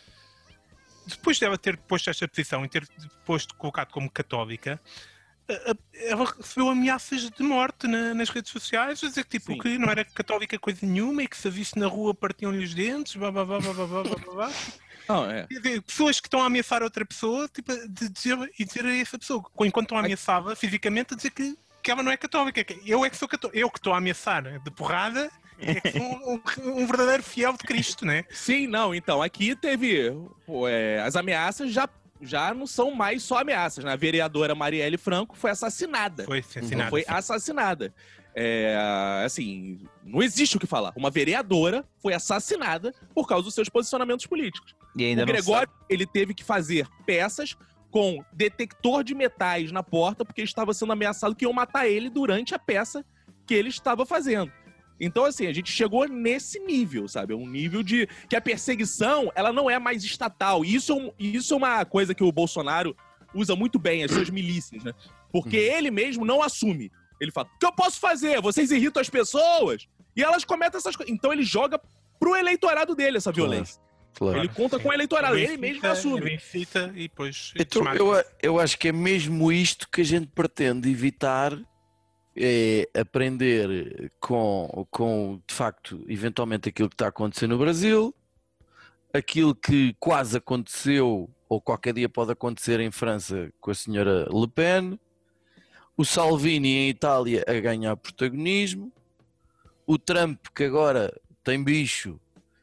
Depois dela ter posto esta posição e ter posto, colocado como católica, a- a- ela recebeu ameaças de morte na- nas redes sociais, a dizer que, tipo, Sim. que não era católica coisa nenhuma e que se a visse na rua partiam-lhe os dentes, blá blá blá blá blá blá blá blá, blá. Não, é. Quer dizer, pessoas que estão a ameaçar outra pessoa, tipo, de dizer, e dizer a essa pessoa, enquanto estão a ameaçá-la fisicamente, a dizer que, que ela não é católica. que Eu é que sou católica, eu que estou a ameaçar de porrada, é que sou um, um- um verdadeiro fiel de Cristo, né? Sim, não, então, aqui teve. Pô, é, as ameaças já, já não são mais só ameaças, né? A vereadora Marielle Franco foi assassinada. Foi assinado. Foi assassinada. É, assim, não existe o que falar. Uma vereadora foi assassinada por causa dos seus posicionamentos políticos. E ainda O não Gregório, sabe. ele teve que fazer peças com detector de metais na porta, porque estava sendo ameaçado que iam matar ele durante a peça que ele estava fazendo. Então, assim, a gente chegou nesse nível, sabe? É um nível de... que a perseguição, ela não é mais estatal. E isso, é um- isso é uma coisa que o Bolsonaro usa muito bem, as suas milícias, né? Porque ele mesmo não assume. Ele fala, o que eu posso fazer? Vocês irritam as pessoas? E elas cometem essas coisas. Então ele joga pro eleitorado dele essa violência. Claro. Ele conta com o eleitorado, ele mesmo Ele assume. incita e depois Então, desmarca. eu, eu acho que é mesmo isto que a gente pretende evitar, é aprender com, com, de facto, eventualmente aquilo que está a acontecer no Brasil, aquilo que quase aconteceu, ou qualquer dia pode acontecer em França com a senhora Le Pen, o Salvini em Itália a ganhar protagonismo, o Trump que agora tem bicho,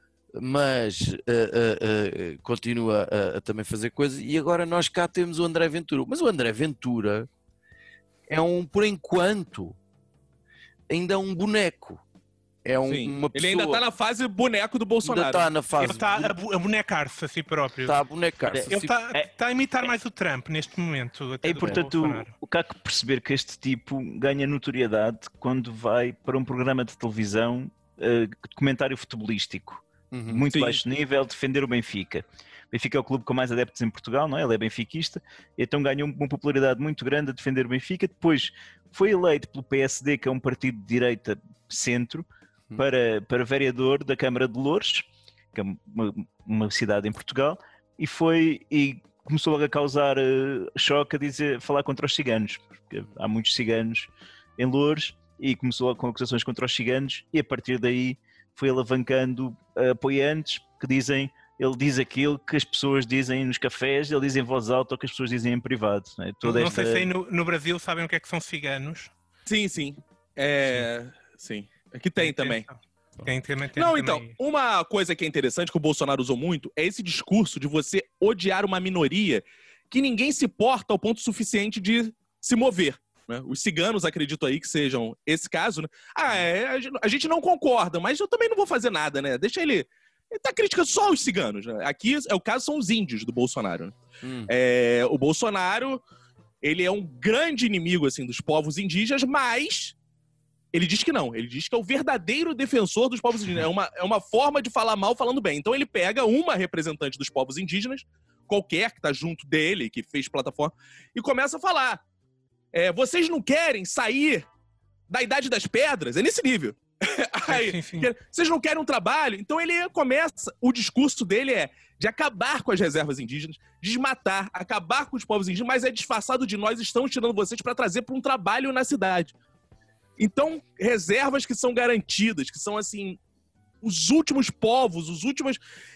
mas eh, eh, eh, continua a, a também fazer coisas, e agora nós cá temos o André Ventura. Mas o André Ventura é um, por enquanto, ainda é um boneco. É um, Sim. uma Ele pessoa... ainda tá na fase boneco do ainda Bolsonaro. está na Ele fase... está a, bu- a bonecar-se a si próprio. Está a bonecar-se. Ele está É- tá a imitar mais o Trump neste momento. até É do importante o, Bolsonaro. o que há que perceber que este tipo ganha notoriedade quando vai para um programa de televisão eh, de comentário futebolístico. Uhum. Muito Sim. baixo nível, defender o Benfica. O Benfica é o clube com mais adeptos em Portugal, não é? Ele é benfiquista, então ganhou uma popularidade muito grande a defender o Benfica. Depois foi eleito pelo P S D, que é um partido de direita centro, para, para vereador da Câmara de Loures, que é uma, uma cidade em Portugal, e foi e começou logo a causar uh, choque a dizer, falar contra os ciganos, porque há muitos ciganos em Loures, e começou logo com acusações contra os ciganos, e a partir daí foi alavancando uh, apoiantes que dizem, ele diz aquilo que as pessoas dizem nos cafés, ele diz em voz alta o que as pessoas dizem em privado. Não, é? Não, Toda não esta... sei se aí no, no Brasil sabem o que é que são ciganos. Sim, sim. É... Sim. Aqui tem também. Tem, tem, tem, Não, também. então, uma coisa que é interessante que o Bolsonaro usou muito é esse discurso de você odiar uma minoria que ninguém se porta ao ponto suficiente de se mover. Né? Os ciganos, acredito aí que sejam esse caso, né? Ah, é, a gente não concorda, mas eu também não vou fazer nada, né? Deixa ele... Ele tá criticando só os ciganos, né? Aqui, é o caso, são os índios do Bolsonaro. Né? Hum. É, o Bolsonaro, ele é um grande inimigo, assim, dos povos indígenas, mas... Ele diz que não, ele diz que é o verdadeiro defensor dos povos indígenas. É uma, é uma forma de falar mal falando bem. Então ele pega uma representante dos povos indígenas, qualquer que tá junto dele, que fez plataforma, e começa a falar. É, vocês não querem sair da Idade das Pedras? É nesse nível. Aí, Sim, sim. vocês não querem um trabalho? Então ele começa, o discurso dele é de acabar com as reservas indígenas, desmatar, acabar com os povos indígenas, mas é disfarçado de nós estamos tirando vocês para trazer para um trabalho na cidade. Então, reservas que são garantidas, que são, assim, os últimos povos, os últimos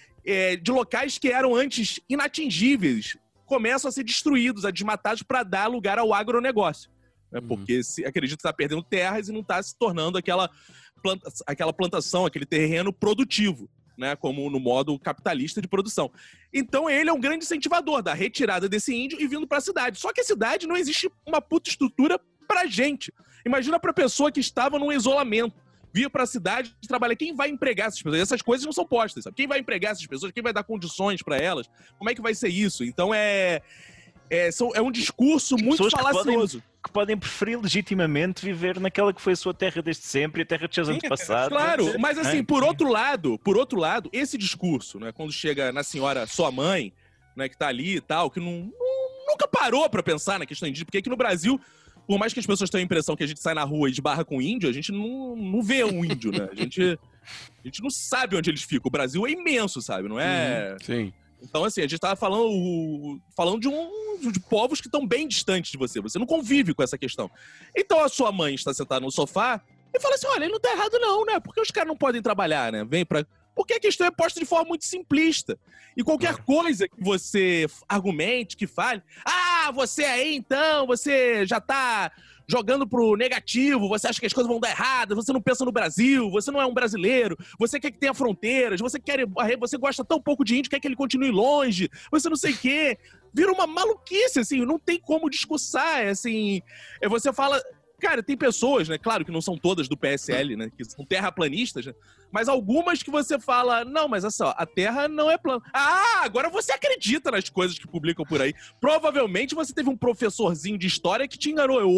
é, de locais que eram antes inatingíveis, começam a ser destruídos, a desmatados para dar lugar ao agronegócio. Né? Uhum. Porque se, acredito que está perdendo terras e não está se tornando aquela, planta, aquela plantação, aquele terreno produtivo, né? Como no modo capitalista de produção. Então, ele é um grande incentivador da retirada desse índio e vindo para a cidade. Só que a cidade não existe uma puta estrutura pra gente. Imagina pra pessoa que estava num isolamento, vir pra cidade e trabalhar. Quem vai empregar essas pessoas? Essas coisas não são postas, sabe? Quem vai empregar essas pessoas? Quem vai dar condições pra elas? Como é que vai ser isso? Então é... É, são, é um discurso muito Pessoas que falacioso. podem, que podem preferir legitimamente viver naquela que foi a sua terra desde sempre, a terra de seus Sim, antepassados. Claro, mas assim, É. por outro lado, por outro lado, esse discurso, né, quando chega na senhora, sua mãe, né, que tá ali e tal, que não, não- nunca parou pra pensar na questão indígena, porque aqui no Brasil, por mais que as pessoas tenham a impressão que a gente sai na rua e esbarra com índio, a gente não, não vê um índio, né? A gente, a gente não sabe onde eles ficam. O Brasil é imenso, sabe? Não é... Sim. Então, assim, a gente tava falando, falando de, um, de povos que estão bem distantes de você. Você não convive com essa questão. Então, a sua mãe está sentada no sofá e fala assim, olha, ele não tá errado não, né? Porque os caras não podem trabalhar, né? Vem pra... Porque a questão é posta de forma muito simplista. E qualquer coisa que você argumente, que fale, ah, você aí, então, você já tá jogando pro negativo, você acha que as coisas vão dar errado, você não pensa no Brasil, você não é um brasileiro, você quer que tenha fronteiras, você quer, você gosta tão pouco de índio, quer que ele continue longe, você não sei o quê. Vira uma maluquice, assim, não tem como discursar, é assim, é você fala... Cara, tem pessoas, né, claro que não são todas do P S L, né, que são terraplanistas, né, mas algumas que você fala, não, mas assim, ó, a Terra não é plana. Ah, agora você acredita nas coisas que publicam por aí. Provavelmente você teve um professorzinho de história que te enganou. Eu,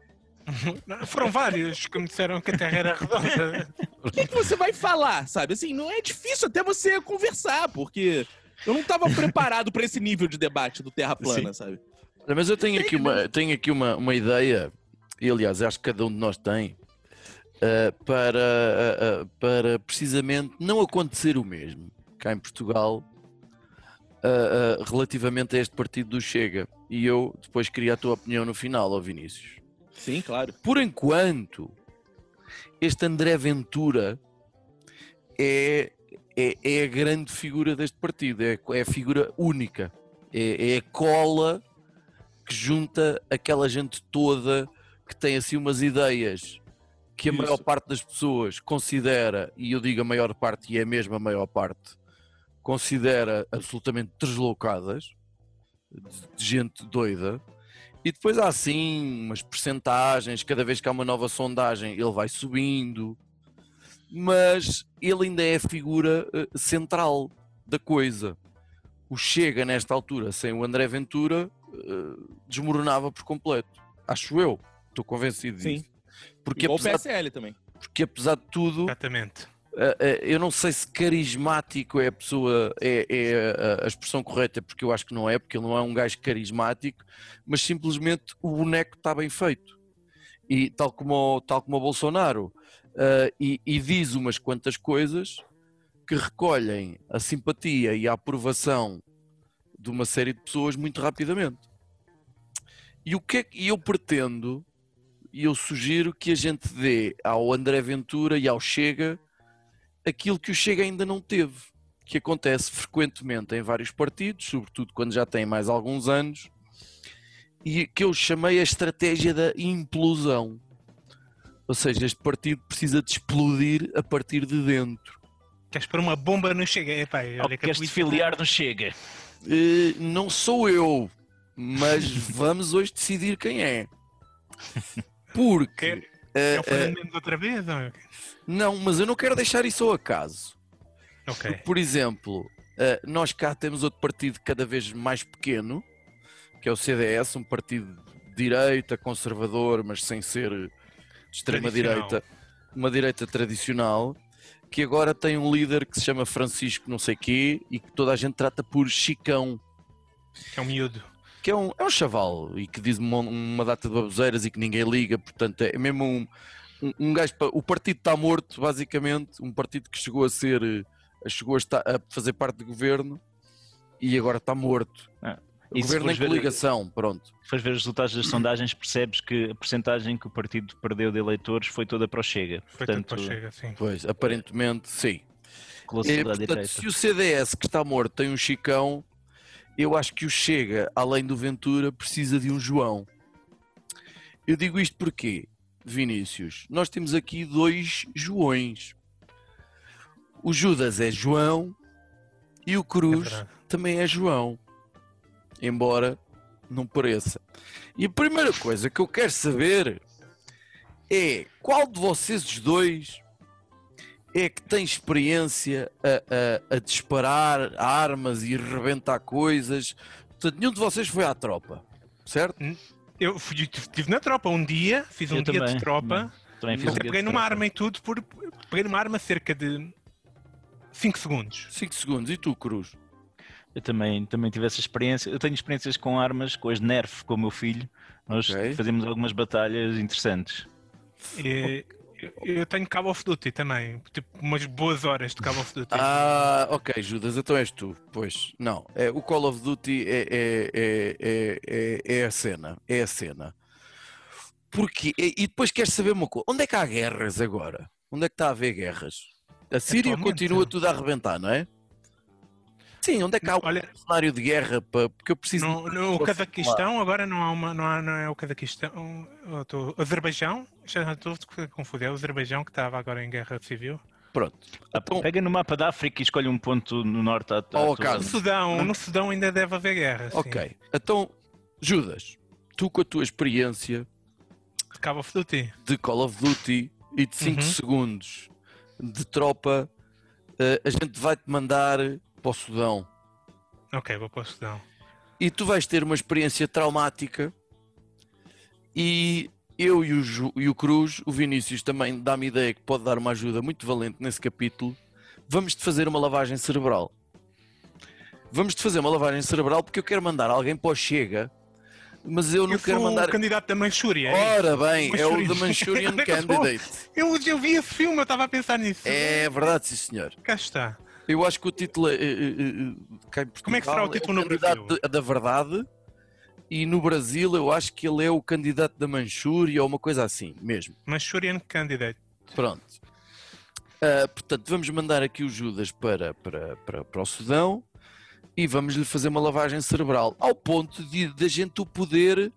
oi? Foram vários que me disseram que a Terra era redonda. O que, que você vai falar, sabe? Assim, não é difícil até você conversar, porque eu não estava preparado para esse nível de debate do Terra plana, sabe? Mas eu tenho aqui uma, tenho aqui uma, uma ideia, e aliás, acho que cada um de nós tem, uh, para, uh, uh, para precisamente não acontecer o mesmo cá em Portugal uh, uh, relativamente a este partido do Chega. E eu depois queria a tua opinião no final, ó Vinícius. Sim, claro. Por enquanto, este André Ventura é, é, é a grande figura deste partido, é, é a figura única, é, é a cola que junta aquela gente toda que tem assim umas ideias que a Isso. maior parte das pessoas considera, e eu digo a maior parte, e é mesmo a maior parte, considera absolutamente deslocadas, de gente doida, e depois há assim umas percentagens, cada vez que há uma nova sondagem ele vai subindo, mas ele ainda é a figura uh, central da coisa. O Chega nesta altura, sem o André Ventura, uh, desmoronava por completo, acho eu. Estou convencido disso. Sim. Porque Igual o apesar, P S L também. porque apesar de tudo, Exatamente. uh, uh, eu não sei se carismático é a pessoa, é, é a, a expressão correta, porque eu acho que não é, porque ele não é um gajo carismático, mas simplesmente o boneco está bem feito. E tal como o, tal como o Bolsonaro, uh, e, e diz umas quantas coisas que recolhem a simpatia e a aprovação de uma série de pessoas muito rapidamente. E o que é que eu pretendo, e eu sugiro que a gente dê ao André Ventura e ao Chega aquilo que o Chega ainda não teve, que acontece frequentemente em vários partidos, sobretudo quando já têm mais alguns anos, e que eu chamei a estratégia da implosão. Ou seja, este partido precisa de explodir a partir de dentro. Queres pôr uma bomba no Chega? Epá, Ou olha que a queres te política- filiar no Chega? Uh, não sou eu, mas vamos hoje decidir quem é. Porque... É o uh, Fernando uh, Mendes outra vez? Ou... não, mas eu não quero deixar isso ao acaso. Ok. Por exemplo, uh, nós cá temos outro partido cada vez mais pequeno, que é o C D S, um partido de direita, conservador, mas sem ser de extrema-direita, uma direita tradicional, que agora tem um líder que se chama Francisco não sei quê e que toda a gente trata por Chicão, É um miúdo. que é um, é um chaval e que diz uma, uma data de baboseiras e que ninguém liga, portanto é mesmo um, um, um gajo, pa- o partido está morto basicamente, um partido que chegou a ser, eh, chegou a, estar, a fazer parte do governo e agora está morto. Ah, O e se governo em fores ver- coligação, pronto. Se fores ver os resultados das sondagens, percebes que a percentagem que o partido perdeu de eleitores foi toda para o Chega. Foi Portanto, tudo para o Chega, sim. Pois, aparentemente sim. colou-se E, toda a portanto, direita. se o C D S que está morto tem um Chicão, eu acho que o Chega, além do Ventura, precisa de um João. Eu digo isto porque, Vinícius, nós temos aqui dois Joões. O Judas é João e o É Cruz verdade. também é João. Embora não pareça. E a primeira coisa que eu quero saber é qual de vocês os dois é que tem experiência a, a, a disparar armas e arrebentar coisas. Portanto, nenhum de vocês foi à tropa, certo? Eu fui- estive na tropa um dia, fiz um Eu dia também, de tropa, Também fiz Não, um dia de peguei numa tropa. arma e tudo, por, peguei numa arma cerca de cinco segundos. cinco segundos. E tu, Cruz? Eu também, também tive essa experiência. Eu tenho experiências com armas, com as Nerf, com o meu filho. Nós Ok. fazemos algumas batalhas interessantes. E, eu- eu tenho Call of Duty também, tipo umas boas horas de Call of Duty. Ah, ok, Judas, então és tu. Pois, não. É, o Call of Duty é, é, é, é, é, é a cena. É a cena. Porque, e e depois queres saber uma coisa. Onde é que há guerras agora? Onde é que está a haver guerras? A Síria Atualmente, continua não. tudo a arrebentar, não é? Sim, onde é que há um Olha, cenário de guerra? Para... Porque eu preciso... no, no Posso Cazaquistão agora não há uma, não, há, não é o Cazaquistão, eu estou- Azerbaijão, já estou a confundir, é o Azerbaijão que estava agora em guerra civil. Pronto. Ah, Então, Pega no mapa da África e escolhe um ponto no norte. À, à Ao tua- acaso. No Sudão, no Sudão ainda deve haver guerra. sim. ok. Então, Judas, tu com a tua experiência De Call of Duty. de Call of Duty e de cinco Uhum. segundos de tropa, eh, a gente vai-te mandar para o Sudão. Ok, vou para o Sudão. E tu vais ter uma experiência traumática e eu e o, Ju- e o Cruz, o Vinícius também dá-me ideia que pode dar uma ajuda muito valente nesse capítulo. Vamos-te fazer uma lavagem cerebral. Vamos-te fazer uma lavagem cerebral porque eu quero mandar alguém para o Chega, mas eu não Eu quero sou mandar... o candidato da Manchúria. é Ora bem, é o Manchurian. The Manchurian Onde é que eu estou? Candidate. isso? Eu, eu vi esse filme, eu estava a pensar nisso. É verdade, sim senhor. Cá está. Eu acho que o título é, é, é, é, cá em Como é que será o Portugal, título no candidato Brasil? de- da verdade, e no Brasil eu acho que ele é o candidato da Manchúria ou uma coisa assim, mesmo. Manchurian Candidate. Pronto. Ah, portanto, vamos mandar aqui o Judas para, para, para, para o Sudão e vamos lhe fazer uma lavagem cerebral, ao ponto de da gente o poder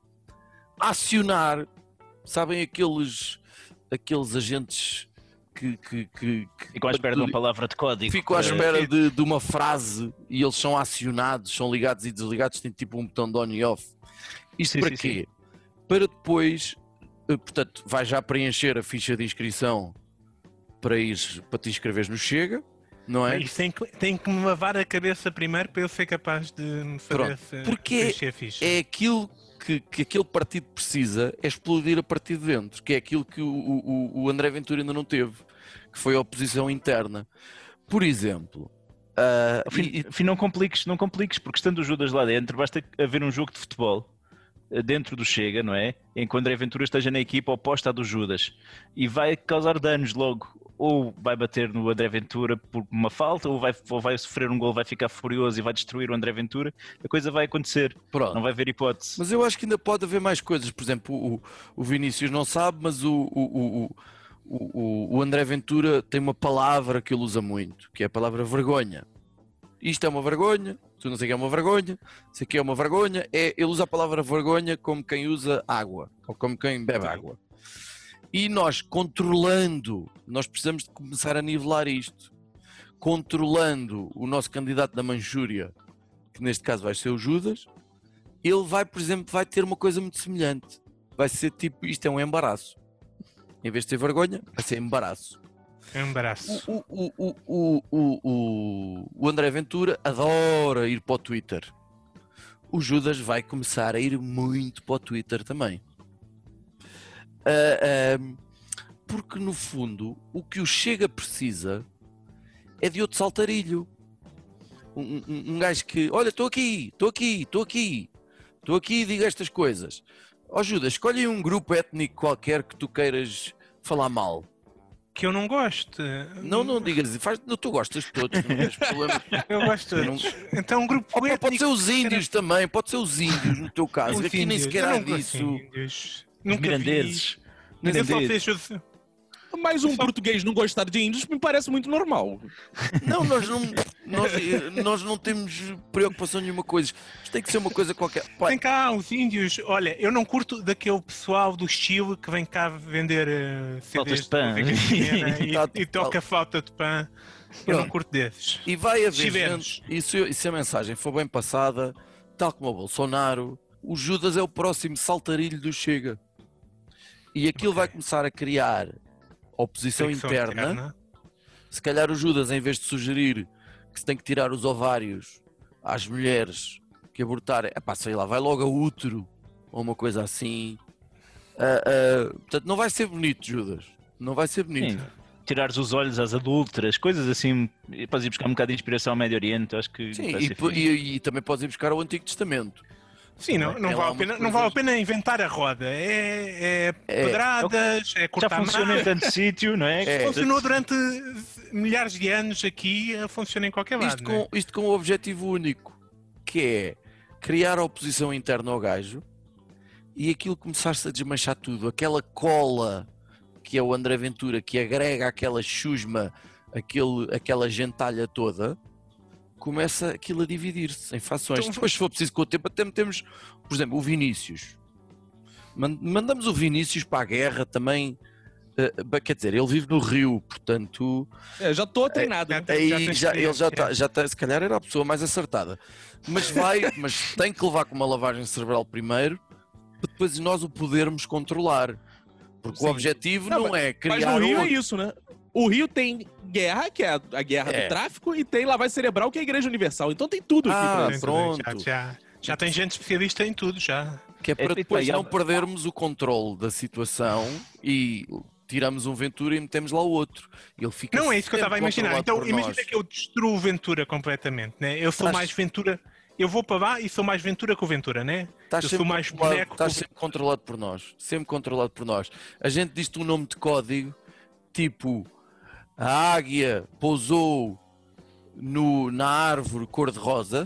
acionar, sabem, aqueles, aqueles agentes que, que, que, que Ficam à espera de uma palavra de código. ficam à para- espera de, de uma frase e eles são acionados, são ligados e desligados, tem tipo um botão de on e off. Isto Sim, para sim, quê? Para depois, eh, portanto, vais já preencher a ficha de inscrição para, ires, para te inscreveres no Chega, não é? Isso tem que, tem que me lavar a cabeça primeiro para eu ser capaz de me Pronto. fazer essa- Porque preencher a ficha. É aquilo que, que aquele partido precisa, é explodir a partir de dentro, que é aquilo que o, o, o André Ventura ainda não teve, que foi a oposição interna. Por exemplo, ah, Enfim, e- e- enfim, não compliques, não compliques, porque estando o Judas lá dentro, basta haver um jogo de futebol eh, dentro do Chega, não é? Em que o André Ventura esteja na equipa oposta à do Judas e vai causar danos logo. Ou vai bater no André Ventura por uma falta, ou vai, ou vai sofrer um gol, vai ficar furioso e vai destruir o André Ventura. A coisa vai acontecer, pronto. não vai haver hipótese. Mas eu acho que ainda pode haver mais coisas. Por exemplo, o, o Vinícius não sabe, mas o, o, o, o, o André Ventura tem uma palavra que ele usa muito, que é a palavra vergonha. Isto é uma vergonha, tu não sei o que é uma vergonha, isso aqui é uma vergonha. É, ele usa a palavra vergonha como quem usa água, ou como quem bebe água. E nós controlando, nós precisamos de começar a nivelar isto, controlando o nosso candidato da Manchúria, que neste caso vai ser o Judas, ele vai, por exemplo, vai ter uma coisa muito semelhante. Vai ser tipo, isto é um embaraço. Em vez de ter vergonha, vai ser embaraço. É um embaraço. O, o, o, o, o, o, o André Ventura adora ir para o Twitter. O Judas vai começar a ir muito para o Twitter também. Uh, uh, porque no fundo o que o Chega precisa é de outro saltarilho. Um, um, um gajo que, olha, estou aqui, estou aqui, estou aqui, estou aqui e digo estas coisas. Ó oh, Judas, escolhe um grupo étnico qualquer que tu queiras falar mal. Que eu não gosto. Não, não digas, faz, não, tu gostas de todos, não tens problema. Eu gosto de todos. Não... Então um grupo oh, étnico... Pode ser os índios era... também, pode ser os índios no teu caso. Os Aqui índios. nem sequer há disso. Nunca Mirandeses. Mas eu só vejo... Mas um português não gostar de índios me parece muito normal. Não, nós não, nós, nós não temos preocupação nenhuma coisa. Isto tem que ser uma coisa qualquer. Pai. Vem cá, os índios. Olha, eu não curto daquele pessoal do Chile que vem cá vender uh, C Ds de pão e, e toca falta de pão. Eu Pronto. Não curto desses. E vai haver gente, e se, e se a mensagem for bem passada, tal como o Bolsonaro, o Judas é o próximo saltarilho do Chega. E aquilo okay. vai começar a criar oposição interna. interna. Se calhar o Judas, em vez de sugerir que se tem que tirar os ovários às mulheres que abortarem, epá, sei lá, vai logo a útero ou uma coisa assim. Uh, uh, portanto, não vai ser bonito, Judas. Não vai ser bonito. Sim. Tirares os olhos às adultas, coisas assim, podes ir buscar um bocado de inspiração ao Médio Oriente, acho que... Sim, e, e, e também podes ir buscar o Antigo Testamento. Sim, não, não, vale a pena, não vale a pena inventar a roda. É, é, é pedradas, é cortar. Já funciona em tanto sítio, não é? é? Funcionou durante milhares de anos aqui, funciona em qualquer lado. Isto com, é? isto com um objetivo único, que é criar a oposição interna ao gajo e aquilo começar-se a desmanchar tudo. Aquela cola que é o André Ventura, que agrega aquela chusma, aquele, aquela gentalha toda... começa aquilo a dividir-se em fações. Então, depois, se for preciso, com o tempo, até temos, por exemplo, o Vinícius. Mandamos o Vinícius para a guerra também. Uh, quer dizer, ele vive no Rio, portanto... É, já estou treinado. Uh, aí, já, já, ele já está, já está, se calhar era a pessoa mais acertada. Mas vai, mas tem que levar com uma lavagem cerebral primeiro, para depois nós o podermos controlar. Porque Sim. o objetivo não, não mas, é criar... Mas no Rio outro. é isso, né? O Rio tem guerra, que é a, a guerra é. do tráfico, e tem lavagem cerebral, que é a Igreja Universal. Então tem tudo aqui. Ah, pra pronto. Já, já, já tem gente especialista em tudo, já. Que é para é, depois não perdermos o controle da situação e tiramos um Ventura e metemos lá o outro. Ele fica não, é isso que eu estava a imaginar. Então imagina nós. que eu destruo o Ventura completamente, né? Eu sou Tás... mais Ventura... Eu vou para lá e sou mais Ventura que o Ventura, né? Estás eu sou mais boneco. Estás sempre controlado por nós. Sempre controlado por nós. A gente diz-te um nome de código, tipo... A águia pousou no, na árvore cor-de-rosa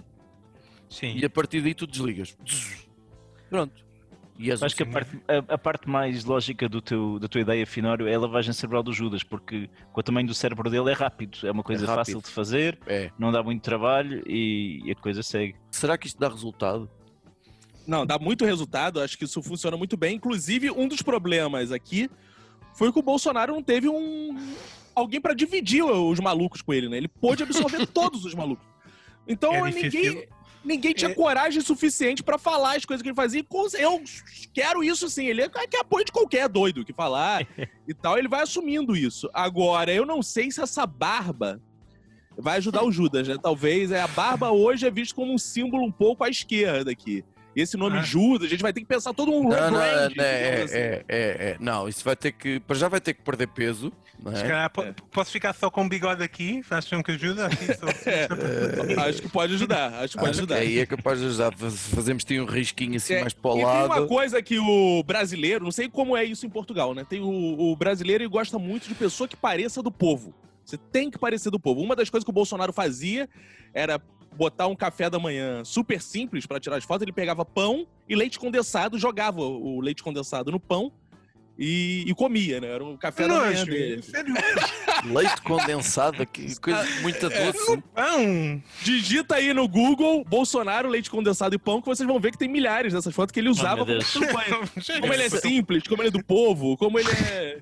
e a partir daí tu desligas. Pronto. E acho que a parte, a, a parte mais lógica do teu, da tua ideia, Finório, é a lavagem cerebral do Judas, porque com o tamanho do cérebro dele é rápido, é uma coisa é fácil de fazer, é. não dá muito trabalho e, e a coisa segue. Será que isto dá resultado? Não, dá muito resultado, acho que isso funciona muito bem. Inclusive, um dos problemas aqui foi que o Bolsonaro não teve um... alguém para dividir os malucos com ele, né? Ele pôde absorver todos os malucos. Então é ninguém, ninguém tinha é... coragem suficiente para falar as coisas que ele fazia. Eu quero isso sim. Ele é que apoio de qualquer doido que falar e tal. Ele vai assumindo isso. Agora, eu não sei se essa barba vai ajudar o Judas, né? Talvez a barba hoje é visto como um símbolo um pouco à esquerda aqui. Esse nome ah. Judas, a gente vai ter que pensar todo um rebrand. Não, não, não, é, assim. é, é, é, não, isso vai ter que... Para já vai ter que perder peso. Não é? Calhar, é. Posso ficar só com o bigode aqui? Acham que ajuda? Aqui, só... é, acho que pode ajudar. Acho que pode acho ajudar. Que aí é capaz de ajudar. Fazemos-te um risquinho assim é, mais para o e lado. Tem uma coisa que o brasileiro, não sei como é isso em Portugal, né? Tem o, o brasileiro ele gosta muito de pessoa que pareça do povo. Você tem que parecer do povo. Uma das coisas que o Bolsonaro fazia era botar um café da manhã super simples para tirar as fotos. Ele pegava pão e leite condensado, jogava o leite condensado no pão e, e comia, né? Era o café da manhã dele. Sério? Leite condensado, que coisa muito doce. Pão! Digita aí no Google Bolsonaro, leite condensado e pão, que vocês vão ver que tem milhares dessas fotos que ele usava. meu Deus. como, como ele é simples, como ele é do povo, como ele é...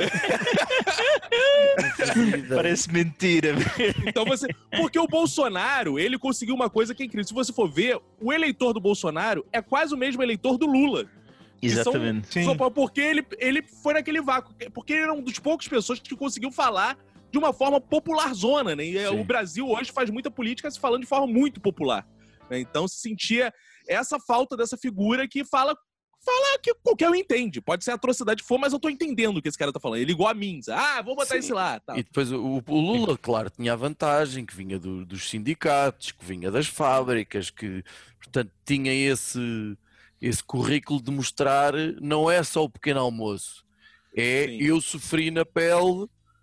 Parece mentira. Então você... Porque o Bolsonaro, ele conseguiu uma coisa que é incrível. Se você for ver, o eleitor do Bolsonaro é quase o mesmo eleitor do Lula. Exatamente. São, só porque ele, ele foi naquele vácuo. Porque ele era um dos poucos pessoas que conseguiu falar de uma forma popularzona, né? E Sim. o Brasil hoje faz muita política se falando de forma muito popular. Né? Então se sentia essa falta dessa figura que fala, fala que qualquer um entende. Pode ser a atrocidade que for, mas eu tô entendendo o que esse cara tá falando. Ele igual a mim. Ah, vou botar Sim. esse lá. Tá. E depois o, o Lula, claro, tinha a vantagem que vinha do- dos sindicatos, que vinha das fábricas, que, portanto, tinha esse, esse currículo de mostrar, não é só o pequeno almoço, é Sim. eu sofri na pele,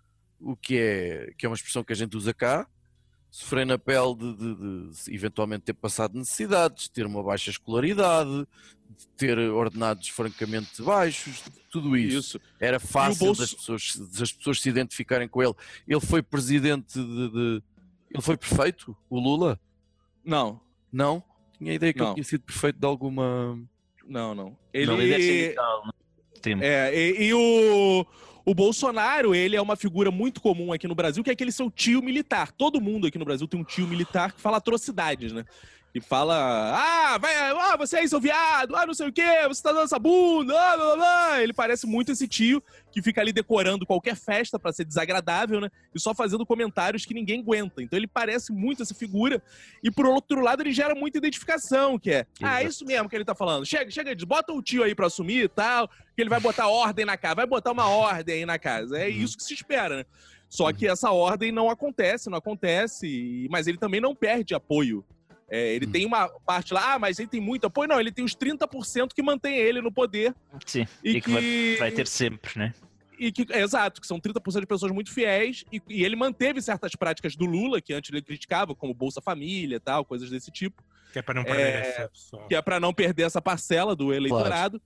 o que é, que é uma expressão que a gente usa cá, sofrer na pele de, de- de eventualmente ter passado necessidades, de ter uma baixa escolaridade, de ter ordenados francamente baixos, tudo isso. Isso. Era fácil Bolso- das, pessoas, das pessoas se identificarem com ele. Ele foi presidente de, de- Ele foi prefeito, o Lula? Não, Não? Tinha a ideia que Não. ele tinha sido prefeito de alguma... não, não. Não, ele deve ser Ele... vital, né? Tempo. É, e, e o, o Bolsonaro, ele é uma figura muito comum aqui no Brasil, que é aquele seu tio militar. Todo mundo aqui no Brasil tem um tio militar que fala atrocidades, né? E fala, ah, vai, ah, você aí, seu viado, ah, não sei o quê, você tá dando essa bunda, ah, blá, blá, blá. Ele parece muito esse tio que fica ali decorando qualquer festa pra ser desagradável, né? E só fazendo comentários que ninguém aguenta. Então ele parece muito essa figura. E por outro lado, ele gera muita identificação, que é, ah, é isso mesmo que ele tá falando. Chega, chega, bota o tio aí pra assumir e tal, que ele vai botar ordem na casa, vai botar uma ordem aí na casa. É isso que se espera, né? Só que essa ordem não acontece, não acontece, e- mas ele também não perde apoio. É, ele Hum. tem uma parte lá, ah, mas ele tem muito apoio. Não, ele tem os trinta por cento que mantém ele no poder. Sim. E, E, que, vai, que... vai ter sempre, né? E que, é, exato, que são trinta por cento de pessoas muito fiéis, e, e ele manteve certas práticas do Lula, que antes ele criticava, como Bolsa Família e tal, coisas desse tipo, Que é para não perder É, essa pessoa. que é pra não perder essa parcela do eleitorado.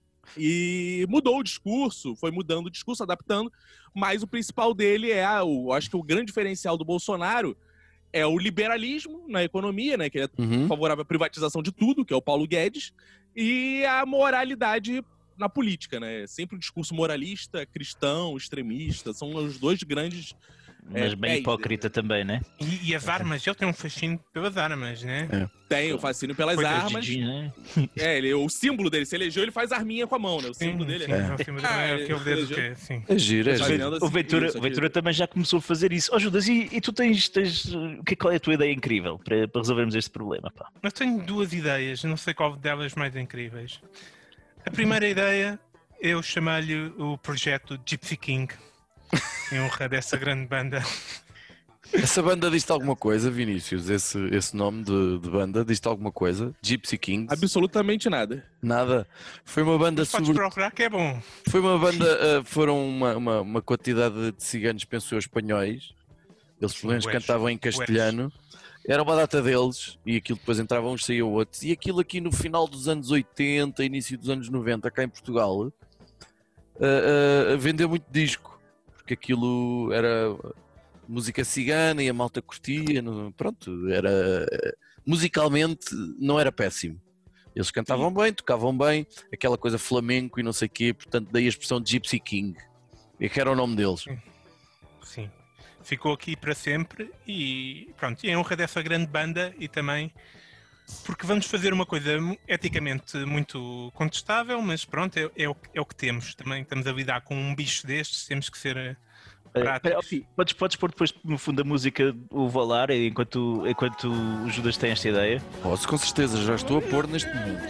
E mudou o discurso, foi mudando o discurso, adaptando, mas o principal dele é, a, o, acho que o grande diferencial do Bolsonaro é o liberalismo na economia, né, que ele é Uhum. favorável à privatização de tudo, que é o Paulo Guedes, e a moralidade na política, né? Sempre um discurso moralista, cristão, extremista, são os dois grandes. Mas É, bem é, hipócrita também, né? E, e as armas, ele tem um fascínio pelas armas, né? Tem o fascínio pelas Foi das armas. Gigi, né? É, ele, o símbolo dele, se elegeu, ele faz arminha com a mão, né? O símbolo dele sim, é. é. Acima Ah, é aquele dedo ele- que é, sim. É giro, é Tá giro. vendo? O Ventura, Isso o aqui. Ventura também já começou a fazer isso. Ó, Judas, e, e tu tens, tens. O que, qual é a tua ideia incrível para, para resolvermos este problema? Pá? Eu tenho duas ideias, não sei qual delas mais incríveis. A primeira ideia, eu chamei-lhe o projeto Gypsy King, em honra dessa grande banda. Essa banda diz-te alguma coisa, Vinícius? Esse, esse nome de, de banda diz-te alguma coisa? Gypsy Kings? Absolutamente nada. Nada. Foi uma banda Podes sobre... procurar que é bom. Foi uma banda, ah, foram uma, uma, uma quantidade de ciganos, penso eu, espanhóis. Eles pelo menos Ués, cantavam em castelhano. Era uma data deles e aquilo depois entravam uns, saíam outros. E aquilo aqui no final dos anos oitenta, início dos anos noventa, cá em Portugal, ah, ah, vendeu muito disco. Porque aquilo era música cigana e a malta curtia. no- Pronto, era... Musicalmente não era péssimo. Eles cantavam bem, tocavam bem, aquela coisa flamenco e não sei o quê, portanto daí a expressão de Gypsy King, e que era o nome deles. Sim. Ficou aqui para sempre e pronto, e em honra dessa grande banda e também porque vamos fazer uma coisa mu- eticamente muito contestável, mas pronto, é, é o, é o que temos. Também estamos a lidar com um bicho destes, temos que ser eh, Espera, espera, ó, práticos. Pi, podes, podes pôr depois no fundo a música o Valar enquanto, enquanto o Judas tem esta ideia? Posso, com certeza, já estou a pôr neste momento.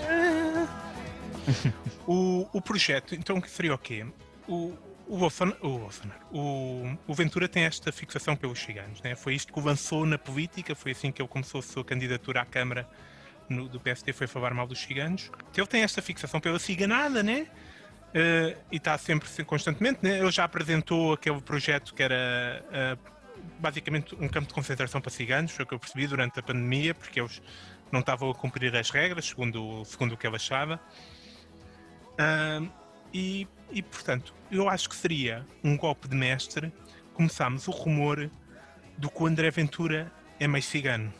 O, o projeto, então, que seria o quê? O, o, Bolsonaro, o, Bolsonaro, o, o Ventura tem esta fixação pelos ciganos, né? Foi isto que o lançou na política, foi assim que ele começou a sua candidatura à Câmara no, do P S D, foi falar mal dos ciganos. Então, ele tem esta fixação pela ciganada, né? Uh, e está sempre, constantemente, né? Ele já apresentou aquele projeto que era uh, basicamente um campo de concentração para ciganos, foi o que eu percebi durante a pandemia, porque eles não estavam a cumprir as regras, segundo, segundo o que ele achava. Uh, E, e, portanto, eu acho que seria um golpe de mestre começarmos o rumor do que o André Ventura é meio cigano.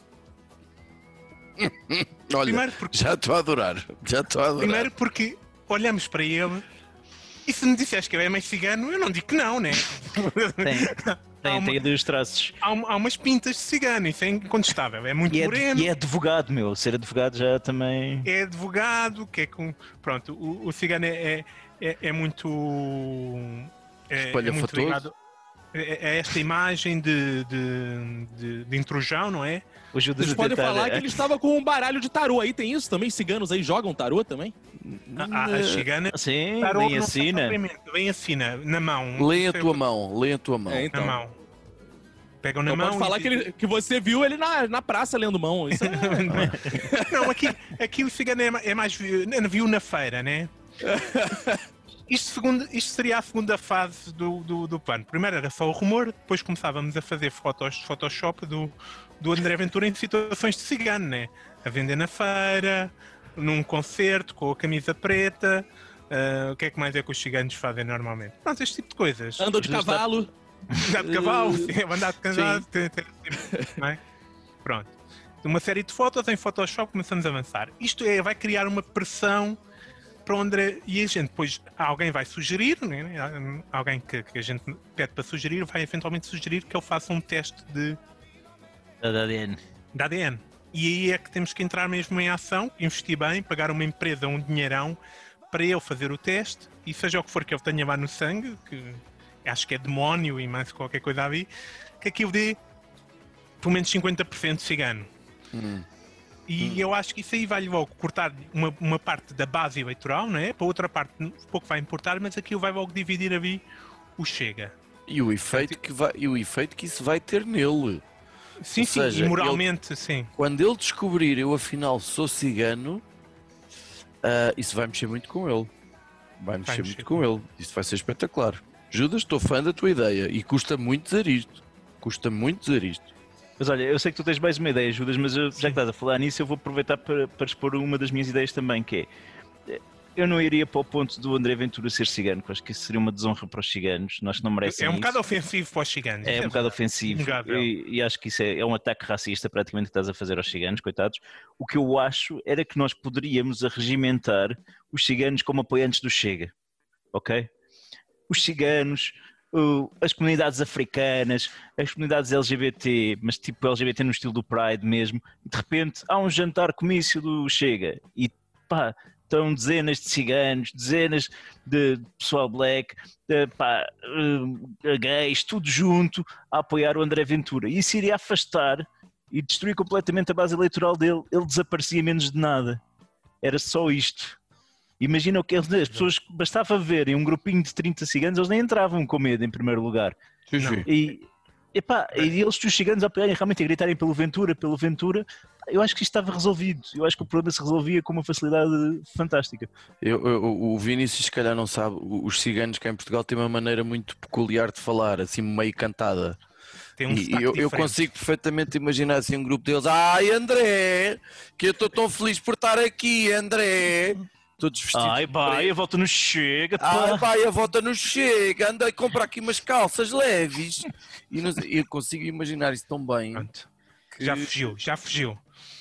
Olha, Primeiro porque- já estou a adorar. Já estou a adorar. Primeiro porque olhamos para ele e se me disseres que ele é meio cigano, eu não digo que não, né? Tem, Há, tem, uma- tem ali os traços. há, um- há umas pintas de cigano, isso é incontestável. É muito E é, moreno, e é advogado, meu. Ser advogado já também. é advogado, que é com. Pronto, o, o cigano é, é, é muito. É, é muito Espalhafatoso. ligado a a esta imagem de, de, de, de intrusão, não é? O Judas Vocês a podem tentar- falar que ele estava com um baralho de tarô. Aí tem isso também? Ciganos aí jogam tarô também? A, a, a cigana. Sim, tarô nem não sei assina. propriamente, vem assina, na mão. Lê a Sei- tua mão, lê a tua mão. É, Na então. mão. Pegam na Então mão. pode falar e- que, ele- que você viu ele na, na praça lendo mão. Isso é... Não, aqui, aqui o cigano é, ma- é mais vi- viu na feira, né? Isto, segundo, isto seria a segunda fase do, do, do plano. Primeiro era só o rumor, depois começávamos a fazer fotos de Photoshop do, do André Ventura em situações de cigano, né? A vender na feira, num concerto, com a camisa preta. ah, o que é que mais é que os ciganos fazem normalmente? Pronto, este tipo de coisas. Andam de cavalo. Andar de cavalo, sim, andar de cavalo, tem- tem- tem- não é? Pronto. Uma série de fotos em Photoshop, começamos a avançar. Isto é, vai criar uma pressão para o André e a gente depois alguém vai sugerir, né? Alguém que, que a gente pede para sugerir, vai eventualmente sugerir que ele faça um teste de, Da D N. de A D N. E aí é que temos que entrar mesmo em ação, investir bem, pagar uma empresa um dinheirão para ele fazer o teste e seja o que for que ele tenha lá no sangue, que acho que é demónio e mais qualquer coisa ali, que aquilo dê pelo menos cinquenta por cento cigano. Hum. E eu acho que isso aí vai logo cortar uma, uma parte da base eleitoral, não é? Para outra parte pouco vai importar, mas aquilo vai logo dividir ali o Chega. E o efeito que vai, e o efeito que isso vai ter nele. Sim, Ou sim, seja, e moralmente, sim. Quando ele descobrir eu afinal sou cigano, ah, isso vai mexer muito com ele. Vai mexer mexer muito com com ele. Isso vai ser espetacular. Judas, estou fã da tua ideia e custa muito dizer isto. Custa muito dizer isto. Mas olha, eu sei que tu tens mais uma ideia, Judas, mas eu, já que estás a falar nisso, eu vou aproveitar para, para expor uma das minhas ideias também, que é... Eu não iria para o ponto do André Ventura ser cigano, que eu acho que isso seria uma desonra para os ciganos. Nós que não merecem É um isso. bocado ofensivo para os ciganos. É um bocado ofensivo Inegável. e, e acho que isso é, é um ataque racista praticamente que estás a fazer aos ciganos, coitados. O que eu acho era que nós poderíamos arregimentar os ciganos como apoiantes do Chega, ok? Os ciganos, o- as comunidades africanas, as comunidades L G B T, mas tipo L G B T no estilo do Pride mesmo, e de repente há um jantar comício do Chega e pá, estão dezenas de ciganos, dezenas de pessoal black, de, pá, eh, gays, tudo junto a apoiar o André Ventura. E isso iria afastar e destruir completamente a base eleitoral dele. Ele desaparecia menos de nada. Era só isto. Imagina o que eles, as pessoas bastava verem um grupinho de trinta ciganos, eles nem entravam com medo em primeiro lugar. Não. E, epá, e eles, os ciganos, a apoiarem realmente a gritarem pelo Ventura, pelo Ventura, eu acho que isto estava resolvido. Eu acho que o problema se resolvia com uma facilidade fantástica. Eu, eu- o Vinícius, se calhar, não sabe. Os ciganos cá em Portugal têm uma maneira muito peculiar de falar, assim, meio cantada. Tem um E sotaque eu, eu diferente. consigo perfeitamente imaginar assim um grupo deles. Ai, André, que eu estou tão feliz por estar aqui, André. Todos vestidos. Ai, de vai, preto. a volta nos chega, Ai, pá. vai, a volta não chega. Andei a comprar aqui umas calças leves. E não sei, eu consigo imaginar isso tão bem. Pronto. Já fugiu, já fugiu.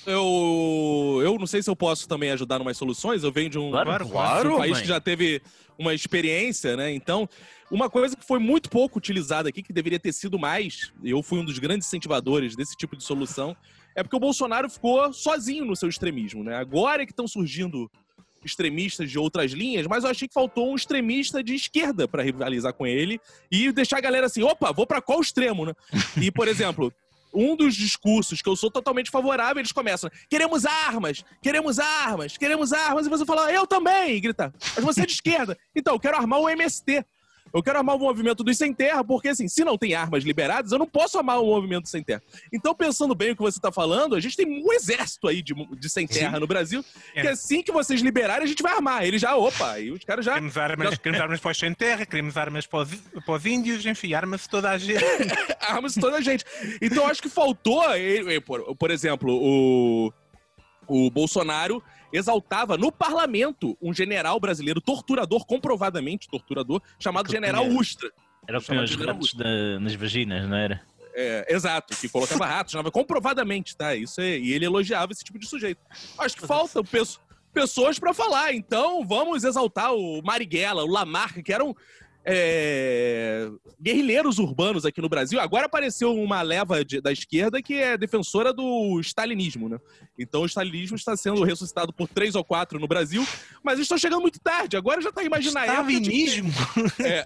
Eu, eu não sei se eu posso também ajudar em umas soluções. Eu venho de um, Claro, claro, de um país mãe. que já teve uma experiência, né? Então, uma coisa que foi muito pouco utilizada aqui, que deveria ter sido mais, e eu fui um dos grandes incentivadores desse tipo de solução, é porque o Bolsonaro ficou sozinho no seu extremismo, né? Agora é que estão surgindo extremistas de outras linhas, mas eu achei que faltou um extremista de esquerda para rivalizar com ele e deixar a galera assim, opa, vou para qual extremo, né? E, por exemplo, um dos discursos que eu sou totalmente favorável, eles começam, queremos armas, queremos armas, queremos armas, e você fala, eu também, e grita, mas você é de esquerda. Então, eu quero armar o M S T. Eu quero armar o movimento dos sem terra, porque assim, se não tem armas liberadas, eu não posso armar o movimento sem terra. Então, pensando bem o que você está falando, a gente tem um exército aí de, de sem terra no Brasil, É. que assim que vocês liberarem, a gente vai armar. Ele já, opa, e os caras já... Queremos armas, queremos armas para os sem terra, queremos armas para os, para os índios, enfim, arma-se toda a gente. armas toda a gente. Então, acho que faltou, eh, eh, por, por exemplo, o... o Bolsonaro exaltava no parlamento um general brasileiro torturador, comprovadamente torturador, chamado Que General tinha- Ustra. Era o que Chamado tinha os General ratos da- nas vaginas, não era? É, exato, que colocava ratos, chamava comprovadamente, tá? Isso é, e ele elogiava esse tipo de sujeito. Acho que faltam pesso- pessoas pra falar, então vamos exaltar o Marighella, o Lamarck, que eram é, guerrilheiros urbanos aqui no Brasil. Agora apareceu uma leva de- da esquerda que é defensora do stalinismo, né? Então o stalinismo está sendo ressuscitado por três ou quatro no Brasil, mas eles estão chegando muito tarde. Agora já tá imaginando a época de- Stalinismo? É.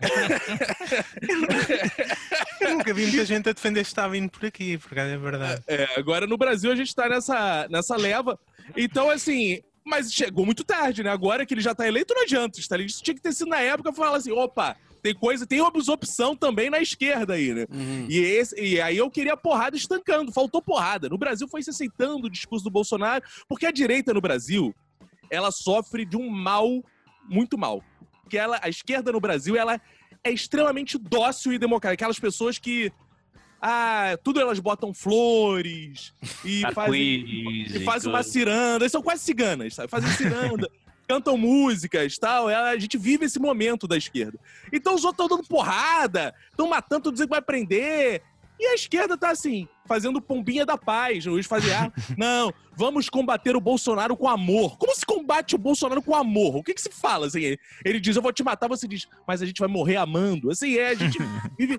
Eu nunca vi muita gente a defender Stalin por aqui, porque é verdade. É, agora no Brasil a gente tá nessa, nessa leva. Então, assim, mas chegou muito tarde, né? Agora que ele já tá eleito, não adianta. Tá? Isso tinha que ter sido na época falar assim: opa, tem coisa, tem opção também na esquerda aí, né? Uhum. E, esse, e aí eu queria porrada estancando, faltou porrada. No Brasil foi se aceitando o discurso do Bolsonaro, porque a direita no Brasil, ela sofre de um mal, muito mal. Porque ela, a esquerda no Brasil, ela é extremamente dócil e democrática. Aquelas pessoas que, ah, tudo elas botam flores e fazem, Arco-íris e e fazem uma coisa. ciranda. Eles são quase ciganas, sabe? Fazem ciranda, cantam músicas e tal. Ela- A gente vive esse momento da esquerda. Então os outros estão dando porrada, estão matando, estão dizendo que vai prender. E a esquerda tá assim, fazendo pombinha da paz. Eles fazem, ah, não, vamos combater o Bolsonaro com amor. Como se combate o Bolsonaro com amor? O que que se fala? Assim, ele- ele diz, eu vou te matar, você diz, mas a gente vai morrer amando. Assim, é, a gente vive,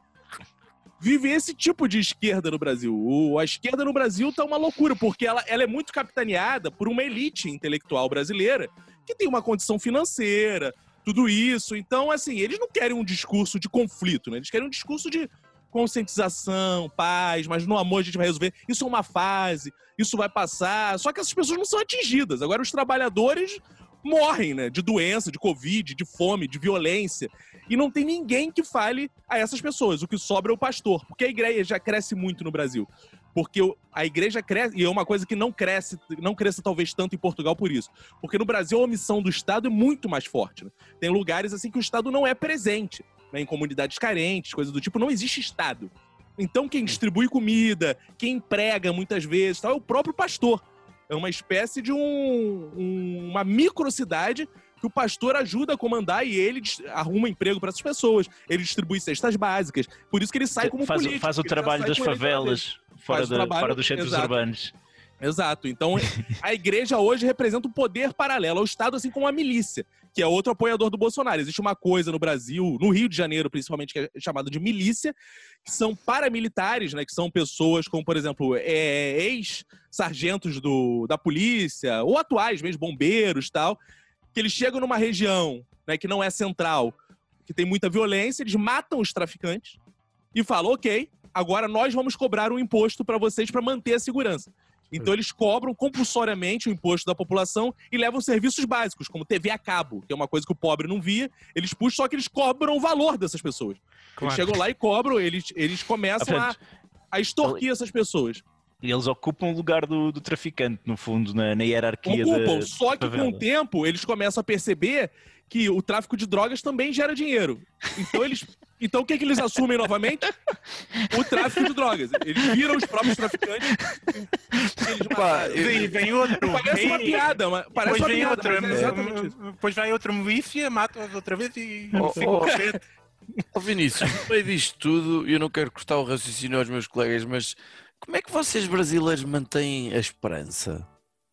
vive esse tipo de esquerda no Brasil. O- a esquerda no Brasil tá uma loucura, porque ela, ela é muito capitaneada por uma elite intelectual brasileira que tem uma condição financeira, tudo isso. Então, assim, eles não querem um discurso de conflito, né? Eles querem um discurso de conscientização, paz, mas no amor a gente vai resolver. Isso é uma fase, isso vai passar. Só que essas pessoas não são atingidas. Agora os trabalhadores morrem, né? De doença, de covid, de fome, de violência. E não tem ninguém que fale a essas pessoas. O que sobra é o pastor. Porque a igreja cresce muito no Brasil. Porque o- a igreja cresce, e é uma coisa que não cresce, não cresce talvez tanto em Portugal por isso. Porque no Brasil a omissão do Estado é muito mais forte, né? Tem lugares assim que o Estado não é presente, né? Em comunidades carentes, coisas do tipo, não existe Estado. Então quem distribui comida, quem emprega muitas vezes, tal, é o próprio pastor. É uma espécie de um, um- uma microcidade que o pastor ajuda a comandar e ele dis- arruma emprego para essas pessoas. Ele distribui cestas básicas. Por isso que ele sai como faz, político. faz o ele já trabalho sai das com o eleitorado dele. favelas, fora, Faz o da- trabalho, fora dos centros exato. urbanos. Exato. Então, a igreja hoje representa um poder paralelo ao Estado, assim como a milícia, que é outro apoiador do Bolsonaro. Existe uma coisa no Brasil, no Rio de Janeiro, principalmente, que é chamada de milícia, que são paramilitares, né? Que são pessoas como, por exemplo, é, ex-sargentos do- da polícia, ou atuais mesmo, bombeiros e tal, que eles chegam numa região, né, que não é central, que tem muita violência, eles matam os traficantes e falam, ok, agora nós vamos cobrar um imposto para vocês para manter a segurança. Então eles cobram compulsoriamente o imposto da população e levam serviços básicos, como T V a cabo, que é uma coisa que o pobre não via. Eles puxam, só que eles cobram o valor dessas pessoas. Claro. Eles chegam lá e cobram, eles, eles começam a, a extorquir essas pessoas. E eles ocupam o lugar do, do traficante, no fundo, na, na hierarquia Ocupam, da só que com favela. o tempo eles começam a perceber que o tráfico de drogas também gera dinheiro. Então eles, então o que, que eles assumem novamente? O tráfico de drogas. Eles viram os próprios traficantes. Eles Pá, mataram. eu- Daí vem outro. Parece uma Ei, piada, mas parece Depois uma vem piada, outra, mas é exatamente isso. depois vai outra milícia, mata-os outra vez e Oh, fica oh. contente. Ó Vinícius, no meio disto tudo, eu não quero cortar o raciocínio aos meus colegas, mas como é que vocês brasileiros mantêm a esperança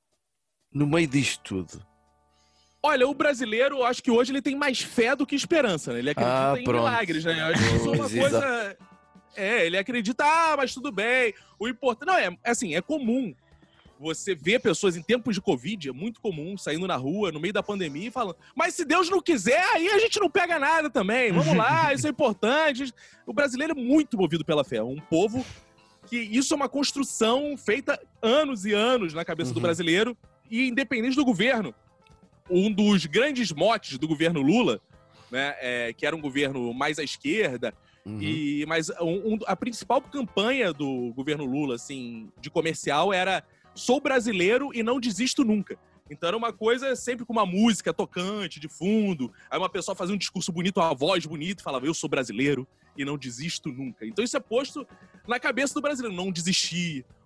no meio disto tudo? Olha, o brasileiro, eu acho que hoje ele tem mais fé do que esperança, né? Ele acredita Ah, em pronto. milagres, né? Eu acho que isso é uma Pois, coisa... É, ele acredita, ah, mas tudo bem. O importante... Não, é assim, é comum você ver pessoas em tempos de Covid, é muito comum, saindo na rua, no meio da pandemia, e falando, mas se Deus não quiser, aí a gente não pega nada também. Vamos lá, isso é importante. O brasileiro é muito movido pela fé. Um povo que isso é uma construção feita anos e anos na cabeça do Uhum. brasileiro, e independente do governo. Um dos grandes motes do governo Lula, né, é, que era um governo mais à esquerda, Uhum. e, mas um- um- a principal campanha do governo Lula, assim, de comercial era sou brasileiro e não desisto nunca. Então era uma coisa sempre com uma música tocante de fundo, aí uma pessoa fazia um discurso bonito, uma voz bonita, e falava eu sou brasileiro e não desisto nunca. Então isso é posto na cabeça do brasileiro, não desistir.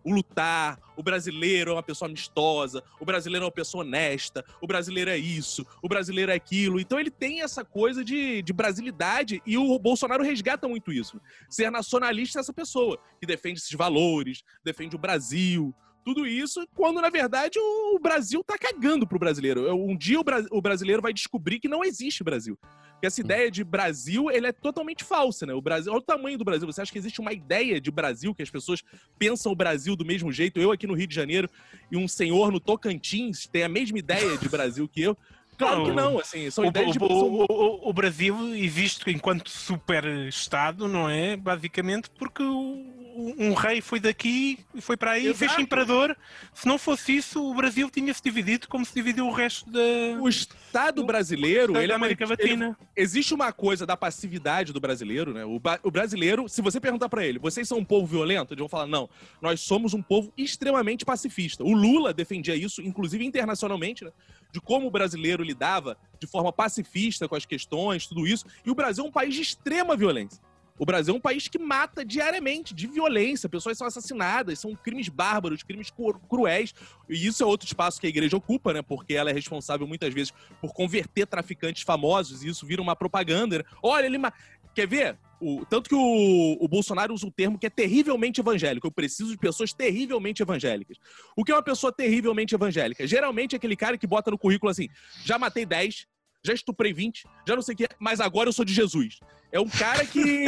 o lutar, o brasileiro é uma pessoa amistosa, o brasileiro é uma pessoa honesta, o brasileiro é isso, o brasileiro é aquilo. Então ele tem essa coisa de, de brasilidade e o Bolsonaro resgata muito isso. Ser nacionalista é essa pessoa que defende esses valores, defende o Brasil, tudo isso, quando na verdade o Brasil tá cagando pro brasileiro. Um dia o, bra- o brasileiro vai descobrir que não existe Brasil. Porque essa ideia de Brasil, ele é totalmente falsa, né? O Brasil, olha o tamanho do Brasil. Você acha que existe uma ideia de Brasil, que as pessoas pensam o Brasil do mesmo jeito? Eu aqui no Rio de Janeiro e um senhor no Tocantins tem a mesma ideia de Brasil que eu? Claro que não, assim, são O, ideias de... o, o, o, o Brasil existe enquanto super-estado, não é? Basicamente porque o, um rei foi daqui e foi para aí e fez imperador. Se não fosse isso, o Brasil tinha-se dividido como se dividiu o resto da... O Estado brasileiro, da ele é uma- América ele- Latina. existe uma coisa da passividade do brasileiro, né? O, ba- o brasileiro, se você perguntar pra ele, vocês são um povo violento? Eles vão falar, não, nós somos um povo extremamente pacifista. O Lula defendia isso, inclusive internacionalmente, né? De como o brasileiro lidava de forma pacifista com as questões, tudo isso. E o Brasil é um país de extrema violência. O Brasil é um país que mata diariamente, de violência. Pessoas são assassinadas, são crimes bárbaros, crimes cru- cruéis. E isso é outro espaço que a igreja ocupa, né? Porque ela é responsável muitas vezes por converter traficantes famosos e isso vira uma propaganda, né? Olha, ele... Ma... Quer ver? O... Tanto que o... o Bolsonaro usa um termo que é terrivelmente evangélico. Eu preciso de pessoas terrivelmente evangélicas. O que é uma pessoa terrivelmente evangélica? Geralmente é aquele cara que bota no currículo assim, já matei dez, já estuprei vinte, já não sei o que, mas agora eu sou de Jesus. É um cara que...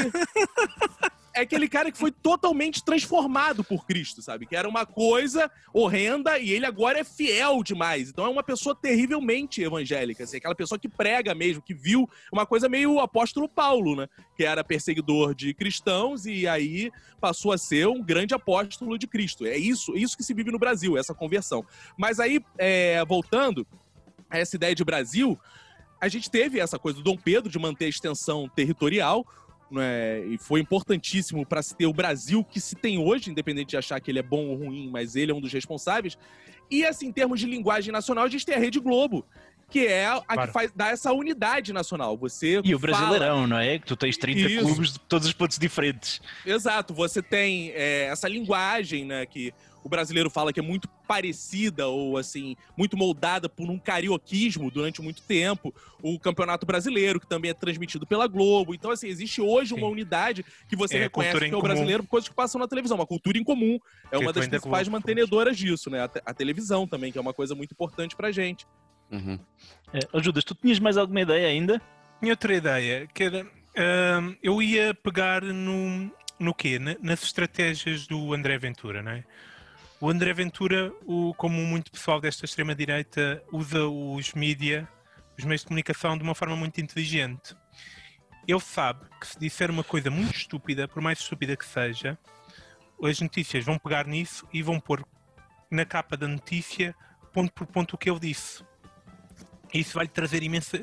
é aquele cara que foi totalmente transformado por Cristo, sabe? Que era uma coisa horrenda e ele agora é fiel demais. Então é uma pessoa terrivelmente evangélica, assim, aquela pessoa que prega mesmo, que viu uma coisa meio o apóstolo Paulo, né? Que era perseguidor de cristãos e aí passou a ser um grande apóstolo de Cristo. É isso, isso que se vive no Brasil, essa conversão. Mas aí, é, voltando a essa ideia de Brasil, a gente teve essa coisa do Dom Pedro de manter a extensão territorial, né, e foi importantíssimo para se ter o Brasil que se tem hoje, independente de achar que ele é bom ou ruim, mas ele é um dos responsáveis. E assim, em termos de linguagem nacional, a gente tem a Rede Globo, que é a Claro. que faz, dá essa unidade nacional. Você E o fala- Brasileirão, não é? Que tu tens trinta Isso. clubes de todos os pontos diferentes. Exato, você tem é, essa linguagem, né, que o brasileiro fala que é muito parecida ou, assim, muito moldada por um carioquismo durante muito tempo. O Campeonato Brasileiro, que também é transmitido pela Globo. Então, assim, existe hoje uma Sim. unidade que você É, reconhece cultura que em é o comum. brasileiro por coisas que passam na televisão. Uma cultura em comum. É Que uma das vem da principais Globo, mantenedoras disso, né? A, te- a televisão também, que é uma coisa muito importante pra gente. Uhum. É, oh, Judas, tu tinhas mais alguma ideia ainda? Tinha outra ideia, que era... hum, eu ia pegar no, no quê? Na- nas estratégias do André Ventura, não é? O André Ventura, o, como muito pessoal desta extrema-direita, usa os mídia, os meios de comunicação, de uma forma muito inteligente. Ele sabe que se disser uma coisa muito estúpida, por mais estúpida que seja, as notícias vão pegar nisso e vão pôr na capa da notícia, ponto por ponto, o que ele disse. Isso vai-lhe trazer imensa,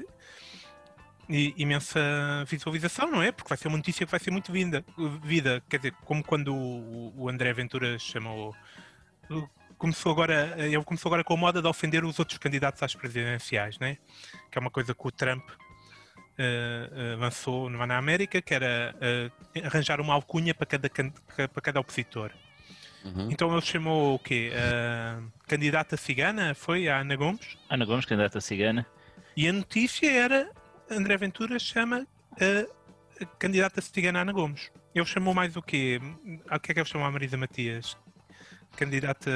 i- imensa visualização, não é? Porque vai ser uma notícia que vai ser muito vinda, vida. Quer dizer, como quando o, o André Ventura chamou... Começou agora, ele começou agora com a moda de ofender os outros candidatos às presidenciais, né? Que é uma coisa que o Trump eh, eh, lançou na América, que era eh, arranjar uma alcunha para cada, can- para cada opositor. Uhum. Então ele chamou o quê? A candidata cigana, foi a Ana Gomes, Ana Gomes, candidata cigana. e a notícia era André Ventura chama a, a candidata cigana Ana Gomes. Ele chamou mais o quê? O que é que ele chamou a Marisa Matias? Candidata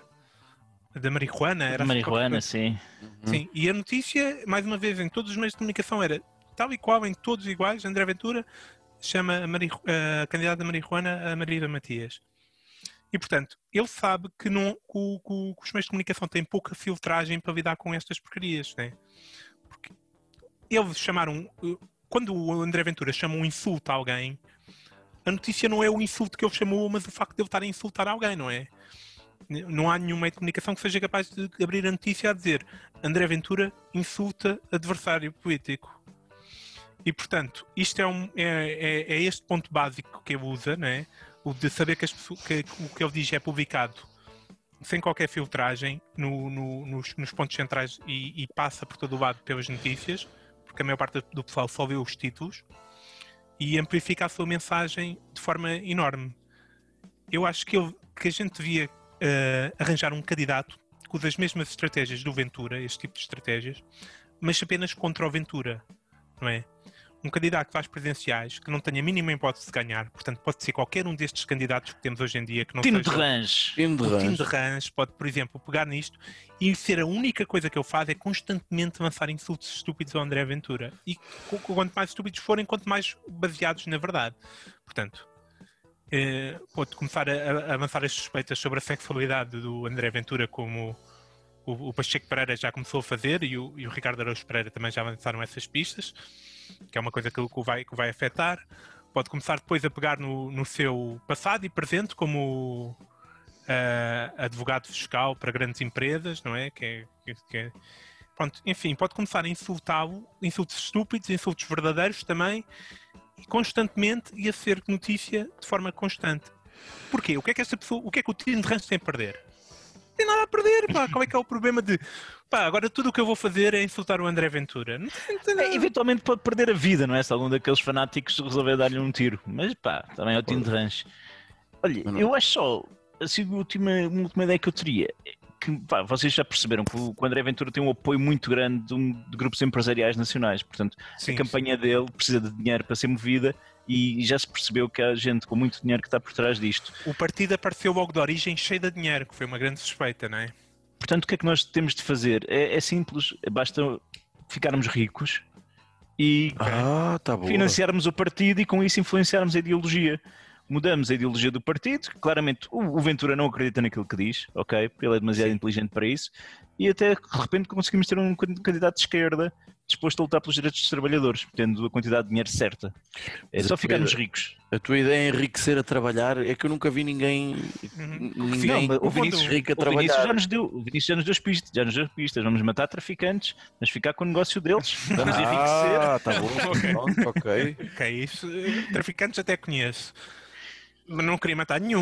da marihuana? Era assim Marihuana, qualquer sim. coisa. Sim, e a notícia, mais uma vez, em todos os meios de comunicação era tal e qual, em todos iguais, André Ventura chama a, marihu- a candidata da marihuana a Marisa Matias. E, portanto, ele sabe que, não, que, o- que o- que os meios de comunicação têm pouca filtragem para lidar com estas porcarias, né? Porque eles chamaram... Quando o André Ventura chama um insulto a alguém, a notícia não é o insulto que ele chamou, mas o facto de ele estar a insultar alguém, não é? Não há nenhum meio de comunicação que seja capaz de abrir a notícia a dizer André Ventura insulta adversário político. E, portanto, isto é, um, é, é, é este ponto básico que ele usa, não é? O de saber que, as pessoas, que o que ele diz é publicado sem qualquer filtragem no, no, nos, nos pontos centrais e, e passa por todo o lado pelas notícias, porque a maior parte do pessoal só vê os títulos, e amplifica a sua mensagem de forma enorme. Eu acho que ele que a gente devia uh, arranjar um candidato que usa as mesmas estratégias do Ventura, este tipo de estratégias, mas apenas contra o Ventura, não é? Um candidato que faz presidenciais, que não tenha a mínima hipótese de ganhar, portanto pode ser qualquer um destes candidatos que temos hoje em dia, que não Tino de seja... Range. Tino de O Tino Range. de Range pode, por exemplo, pegar nisto e ser a única coisa que eu faço é constantemente lançar insultos estúpidos ao André Ventura. E qu- quanto mais estúpidos forem, quanto mais baseados na verdade. Portanto, eh, pode começar a, a avançar as suspeitas sobre a sexualidade do André Ventura, como o, o Pacheco Pereira já começou a fazer, e o, e o Ricardo Araújo Pereira também já avançaram essas pistas, que é uma coisa que, que, o, vai, que o vai afetar. Pode começar depois a pegar no, no seu passado e presente como uh, advogado fiscal para grandes empresas, não é? Que é, que, que é... Pronto, enfim, pode começar a insultá-lo, insultos estúpidos, insultos verdadeiros também, e constantemente, e a ser notícia de forma constante. Porquê? O que é que esta pessoa, o que é que o Tino de Range tem a perder? Não tem nada a perder, pá. Qual é que é o problema de... Pá, agora tudo o que eu vou fazer é insultar o André Ventura. Não tem, não tem nada. É, eventualmente pode perder a vida, não é? Se algum daqueles fanáticos resolver dar-lhe um tiro. Mas pá, também é o Tino de Range. Olha, eu acho só, assim, a última, uma última ideia que eu teria, é que pá, vocês já perceberam que o, que o André Ventura tem um apoio muito grande de, um, de grupos empresariais nacionais. Portanto, Sim, a campanha dele precisa de dinheiro para ser movida e já se percebeu que há gente com muito dinheiro que está por trás disto. O partido apareceu logo de origem cheio de dinheiro, que foi uma grande suspeita, não é? Portanto, o que é que nós temos de fazer? É, é simples, basta ficarmos ricos e Ah, tá bom. financiarmos o partido e com isso influenciarmos a ideologia. Mudamos a ideologia do partido, claramente o o Ventura não acredita naquilo que diz, ok? Porque ele é demasiado inteligente para isso, e até de repente conseguimos ter um candidato de esquerda disposto a lutar pelos direitos dos trabalhadores, tendo a quantidade de dinheiro certa. É Mas só a ficarmos tua- ricos. A tua ideia é enriquecer a trabalhar? É que eu nunca vi ninguém, Uhum. ninguém Não, o o Vinícius, rico a o Vinícius trabalhar. já nos deu, o Vinícius já nos deu as pistas, já nos deu pistas. Vamos matar traficantes, vamos ficar com o negócio deles, vamos enriquecer. Ah, tá bom. Pronto, ok. Ok, isso, eh, traficantes até conheço. Mas não queria matar nenhum.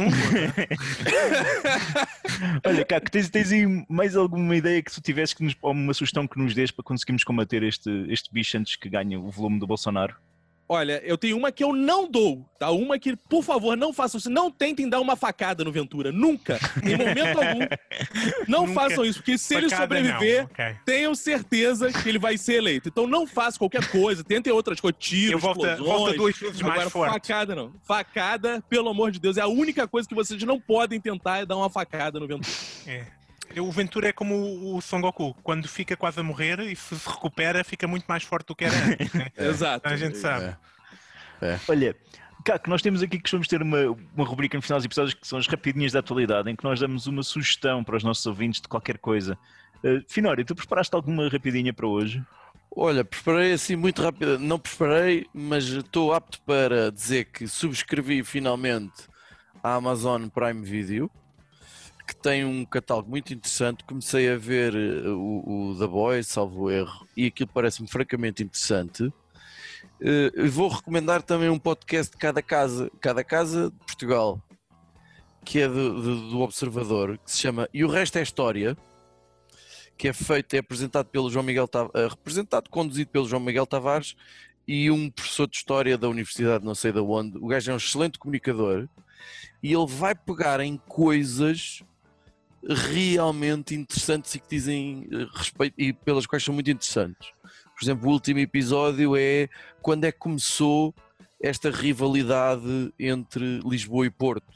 Olha, Caco, tens, tens aí mais alguma ideia que tu tivesse, que nos, ou uma sugestão que nos dês para conseguirmos combater este, este bicho antes que ganhe o volume do Bolsonaro? Olha, eu tenho uma que eu não dou, tá? Uma que, por favor, não façam isso. Não tentem dar uma facada no Ventura. Nunca. Em momento algum. Não Nunca. façam isso, porque se ele Facada, sobreviver, não. Ok. tenham certeza que ele vai ser eleito. Então não façam qualquer coisa. Tentem outras coisas, tiros, Eu volto, explosões. volto duas vezes mais Agora, forte. facada não. Facada, pelo amor de Deus, é a única coisa que vocês não podem tentar é dar uma facada no Ventura. É. O Ventura é como o, o Son Goku. Quando fica quase a morrer e se, se recupera, fica muito mais forte do que era antes. Né? Exato. A gente sabe. É. Olha, Caco, nós temos aqui que vamos ter uma, uma rubrica no final dos episódios que são as rapidinhas da atualidade, em que nós damos uma sugestão para os nossos ouvintes de qualquer coisa. Uh, Finório, tu preparaste alguma rapidinha para hoje? Olha, preparei assim muito rápido. Não preparei, mas estou apto para dizer que subscrevi finalmente a Amazon Prime Video, que tem um catálogo muito interessante. Comecei a ver uh, o, o The Boys, salvo erro, e aquilo parece-me francamente interessante. Uh, vou recomendar também um podcast de cada casa, cada casa de Portugal, que é do, do, do Observador, que se chama E o Resto é História, que é feito, é apresentado pelo João Miguel Tavares, representado, conduzido pelo João Miguel Tavares e um professor de História da Universidade, não sei de onde. O gajo é um excelente comunicador e ele vai pegar em coisas realmente interessantes e que dizem respeito e pelas quais são muito interessantes. Por exemplo, o último episódio é quando é que começou esta rivalidade entre Lisboa e Porto.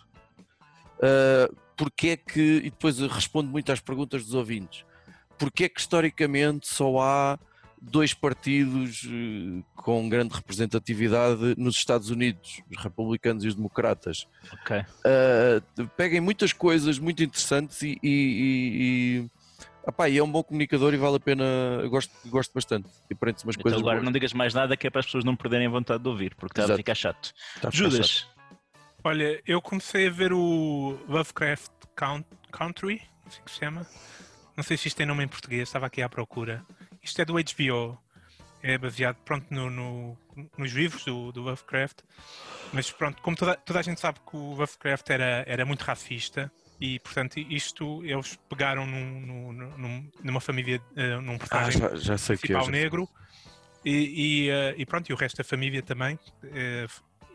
Uh, porque é que, e depois respondo muito às perguntas dos ouvintes, porque é que historicamente só há dois partidos uh, com grande representatividade nos Estados Unidos, os republicanos e os democratas. Ok. Uh, peguem muitas coisas muito interessantes e, e, e, e Epá, e é um bom comunicador e vale a pena, eu gosto, gosto bastante. E aprende-se umas Então coisas agora boas. não digas mais nada que é para as pessoas não perderem a vontade de ouvir, porque está a Exato. ficar chato. Está a ficar Judas, chato. Olha, eu comecei a ver o Lovecraft Count- Country, assim que se chama. Não sei se isto tem nome em português, estava aqui à procura. Isto é do H B O. É baseado, pronto, no, no, nos livros do, do Lovecraft. Mas pronto, como toda, toda a gente sabe que o Lovecraft era, era muito racista. E, portanto, isto eles pegaram num, num, num, numa família, uh, num Ah, personagem já, já sei que é. principal já- negro e, e, uh, e pronto, e o resto da família também. Uh,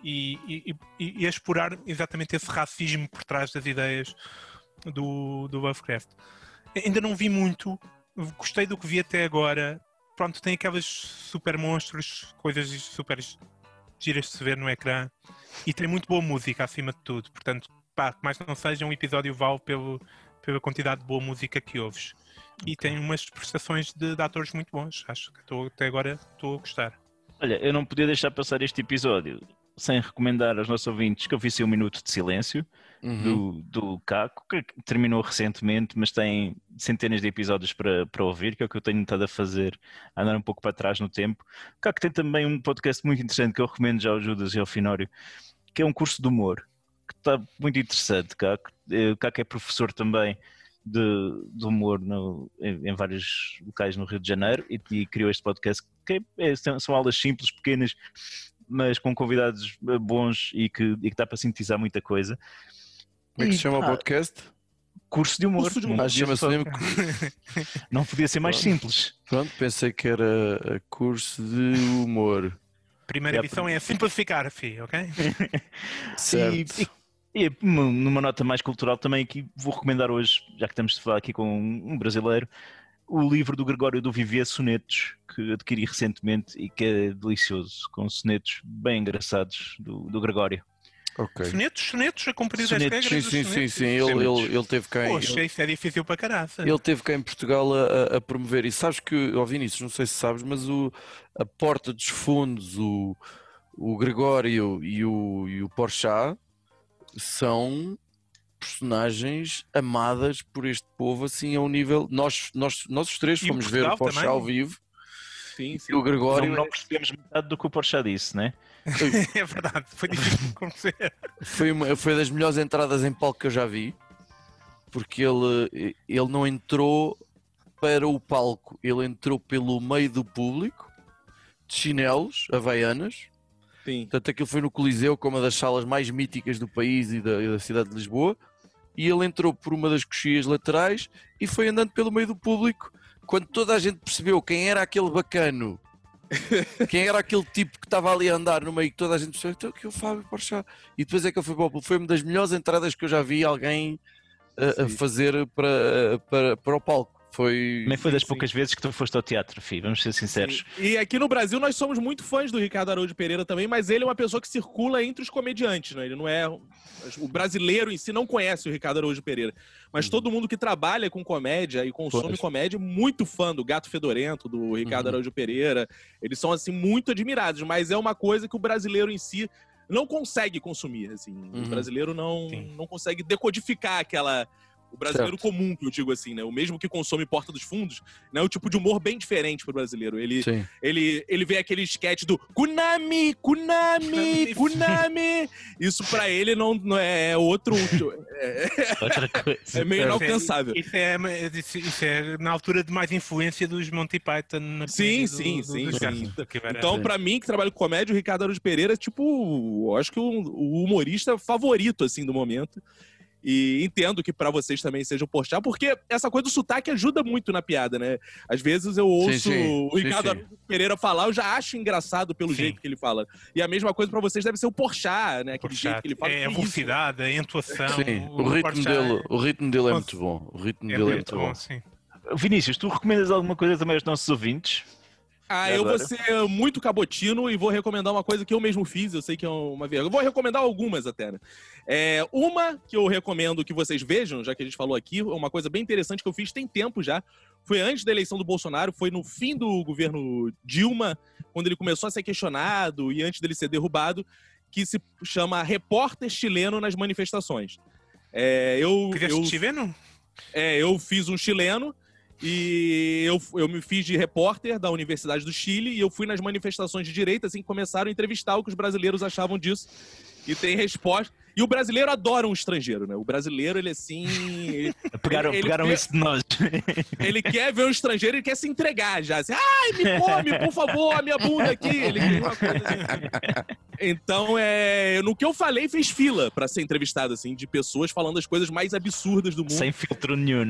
e, e, e, e a explorar exatamente esse racismo por trás das ideias do, do Lovecraft. Ainda não vi muito, gostei do que vi até agora. Pronto, tem aquelas super monstros, coisas super giras de se ver no ecrã, e tem muito boa música acima de tudo. Portanto, pá, que mais não seja, um episódio vale pelo, pela quantidade de boa música que ouves. E okay. Tem umas prestações de, de atores muito bons. Acho que tô, até agora estou a gostar. Olha, eu não podia deixar passar este episódio sem recomendar aos nossos ouvintes que eu fiz um minuto de silêncio uhum. do, do Caco, que terminou recentemente, mas tem centenas de episódios para, para ouvir, que é o que eu tenho estado a fazer, a andar um pouco para trás no tempo. O Caco tem também um podcast muito interessante que eu recomendo já ao Judas e ao Finório, que é um curso de humor, que está muito interessante, Caco. O Caco é professor também de, de humor no, em, em vários locais no Rio de Janeiro e, e criou este podcast, que é, são, são aulas simples, pequenas, mas com convidados bons e que, e que dá para sintetizar muita coisa. Como é que e, se chama ah, o podcast? Curso de humor. Curso de humor. Ah, chama-se mesmo... Não podia ser mais simples. Pronto, pensei que era curso de humor. Primeira edição é simplificar, filho, ok? Certo. E, e, e numa nota mais cultural também aqui vou recomendar hoje, já que estamos a falar aqui com um brasileiro, o livro do Gregório do Vivier, Sonetos, que adquiri recentemente e que é delicioso, com sonetos bem engraçados do, do Gregório. Okay. Sonetos, sonetos, a cumprir as regras. Sim, sim, sim, sim. Ele, ele, ele teve cá em... Poxa, isso é difícil para caralho. Ele teve cá em Portugal a, a promover. E sabes que, ó Vinícius, não sei se sabes, mas o, a Porta dos Fundos, o, o Gregório e o, e o Porchat são personagens amadas por este povo, assim, a um nível... Nós, nós, nós os três fomos ver o Porchat ao vivo. Sim, sim. E o Gregório... Não, não percebemos metade do que o Porchat disse, né? É verdade, foi difícil de conhecer. Foi, uma, foi das melhores entradas em palco que eu já vi, porque ele, ele não entrou para o palco, ele entrou pelo meio do público, de chinelos, havaianas. Sim. Portanto, aquilo foi no Coliseu, que é uma das salas mais míticas do país e da, e da cidade de Lisboa, e ele entrou por uma das coxias laterais e foi andando pelo meio do público. Quando toda a gente percebeu quem era aquele bacano, quem era aquele tipo que estava ali a andar no meio, que toda a gente percebeu, então que é o Fábio Porchat. E depois é que ele foi para o público. Foi uma das melhores entradas que eu já vi alguém a, a fazer para, para, para o palco. Foi... Nem foi das sim, poucas sim. vezes que tu foste ao teatro, filho, vamos ser sinceros. Sim. E aqui no Brasil nós somos muito fãs do Ricardo Araújo Pereira também, mas ele é uma pessoa que circula entre os comediantes, né? Ele não é... O brasileiro em si não conhece o Ricardo Araújo Pereira, mas uhum. todo mundo que trabalha com comédia e consome pois. comédia é muito fã do Gato Fedorento, do Ricardo uhum. Araújo Pereira. Eles são, assim, muito admirados, mas é uma coisa que o brasileiro em si não consegue consumir, assim. Uhum. O brasileiro não, não consegue decodificar aquela... O brasileiro certo. comum, que eu digo assim, né? O mesmo que consome Porta dos Fundos, né? O tipo de humor bem diferente pro brasileiro. Ele, ele, ele vê aquele sketch do Kunami, Kunami, Kunami. Isso pra ele não, não é outro... É, Outra coisa. É meio inalcançável. Isso é, isso, é, isso é na altura de mais influência dos Monty Python. Na sim, do, sim, do, sim. do, sim. do então, pra mim, que trabalho com comédia, o Ricardo Araújo Pereira é tipo, eu acho que o, o humorista favorito, assim, do momento. E entendo que pra vocês também seja o Porchat, porque essa coisa do sotaque ajuda muito na piada, né? Às vezes eu ouço sim, sim. o Ricardo sim, sim. Pereira falar, eu já acho engraçado pelo sim. jeito que ele fala. E a mesma coisa pra vocês deve ser o Porchat, né? Aquele Porchat. jeito que ele fala. É a velocidade, a intuação. Sim, o, o, ritmo, dele, o ritmo dele é muito bom. O ritmo é dele é muito bom. bom. Sim. Vinícius, tu recomendas alguma coisa também aos nossos ouvintes? Ah, eu vou ser muito cabotino e vou recomendar uma coisa que eu mesmo fiz, eu sei que é uma vergonha. Eu vou recomendar algumas até, né? É, uma que eu recomendo que vocês vejam, já que a gente falou aqui, uma coisa bem interessante que eu fiz tem tempo já, foi antes da eleição do Bolsonaro, foi no fim do governo Dilma, quando ele começou a ser questionado e antes dele ser derrubado, que se chama Repórter Chileno nas Manifestações. É, eu, Fizeste eu, chileno? É, eu fiz um chileno, e eu, eu me fiz de repórter da Universidade do Chile e eu fui nas manifestações de direita, assim, que começaram a entrevistar o que os brasileiros achavam disso. E tem resposta. E o brasileiro adora um estrangeiro, né? O brasileiro, ele assim... Ele, pegaram ele, pegaram ele, isso de nós. Ele quer ver um estrangeiro e quer se entregar já. Assim, ai, me come, por favor, a minha bunda aqui. Ele tem uma coisa assim. Então, é, no que eu falei, fez fila pra ser entrevistado, assim, de pessoas falando as coisas mais absurdas do mundo. Sem filtro nenhum, né?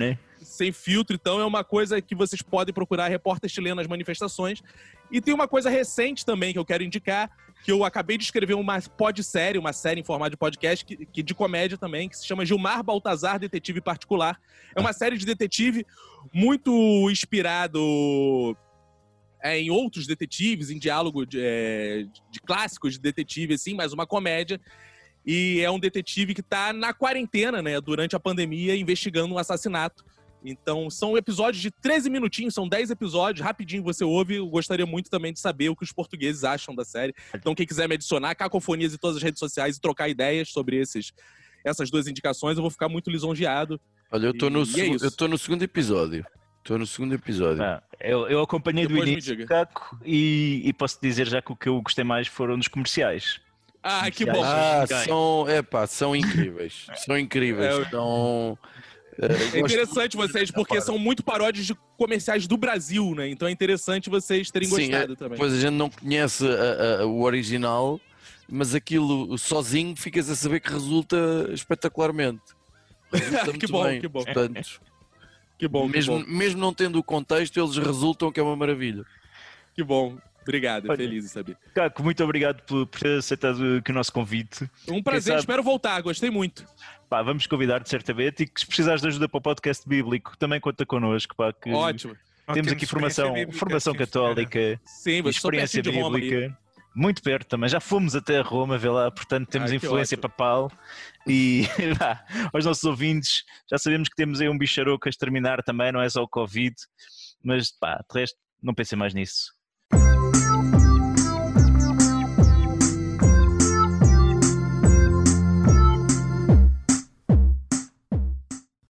sem filtro, então é uma coisa que vocês podem procurar, Repórter Chileno nas manifestações. E tem uma coisa recente também que eu quero indicar, que eu acabei de escrever uma podsérie, uma série em formato de podcast, que, que de comédia também, que se chama Gilmar Baltazar, Detetive Particular. É uma série de detetive muito inspirado é, em outros detetives, em diálogo de, é, de clássicos de detetive, assim, mas uma comédia. E é um detetive que está na quarentena, né, durante a pandemia, investigando um assassinato. Então, são episódios de treze minutinhos, são dez episódios, rapidinho você ouve. Eu gostaria muito também de saber o que os portugueses acham da série. Então, quem quiser me adicionar, Cacofonias em todas as redes sociais e trocar ideias sobre esses, essas duas indicações, eu vou ficar muito lisonjeado. Olha, eu estou no, E é segu- isso. eu tô no segundo episódio. Estou no segundo episódio. Ah, eu, eu acompanhei Depois do me início, diga. Caco, e, e posso dizer já que o que eu gostei mais foram dos comerciais. Ah, que bom. Ah, Ok. são, epá, são incríveis. São incríveis. É, eu- São, eh, É gosto interessante vocês, porque são muito paródias de comerciais do Brasil, né? Então é interessante vocês terem Sim, gostado é, também. Pois a gente não conhece a- a- o original, mas aquilo sozinho ficas a saber que resulta espetacularmente. Resulta Que muito bom, bem. que bom. Portanto, Que bom, que mesmo, bom. mesmo não tendo o contexto, eles resultam, que é uma maravilha. Que bom. Obrigado, Olha, feliz em saber. Caco, muito obrigado por, por ter aceitado aqui o nosso convite. Um prazer, sabe- espero voltar, gostei muito. Pá, vamos convidar-te certamente, e que se precisares de ajuda para o podcast bíblico, também conta connosco, pá, que Ótimo. Nós temos temos aqui experiência formação, bíblica, formação sim, senhora. católica, Sim, vocês estão experiência pertinho de Roma aí. bíblica, muito perto também, já fomos até Roma, vê lá, portanto temos Ai, que influência ótimo. papal, e pá, aos nossos ouvintes, já sabemos que temos aí um bicharoco a exterminar também, não é só o Covid, mas pá, de resto, não pensem mais nisso.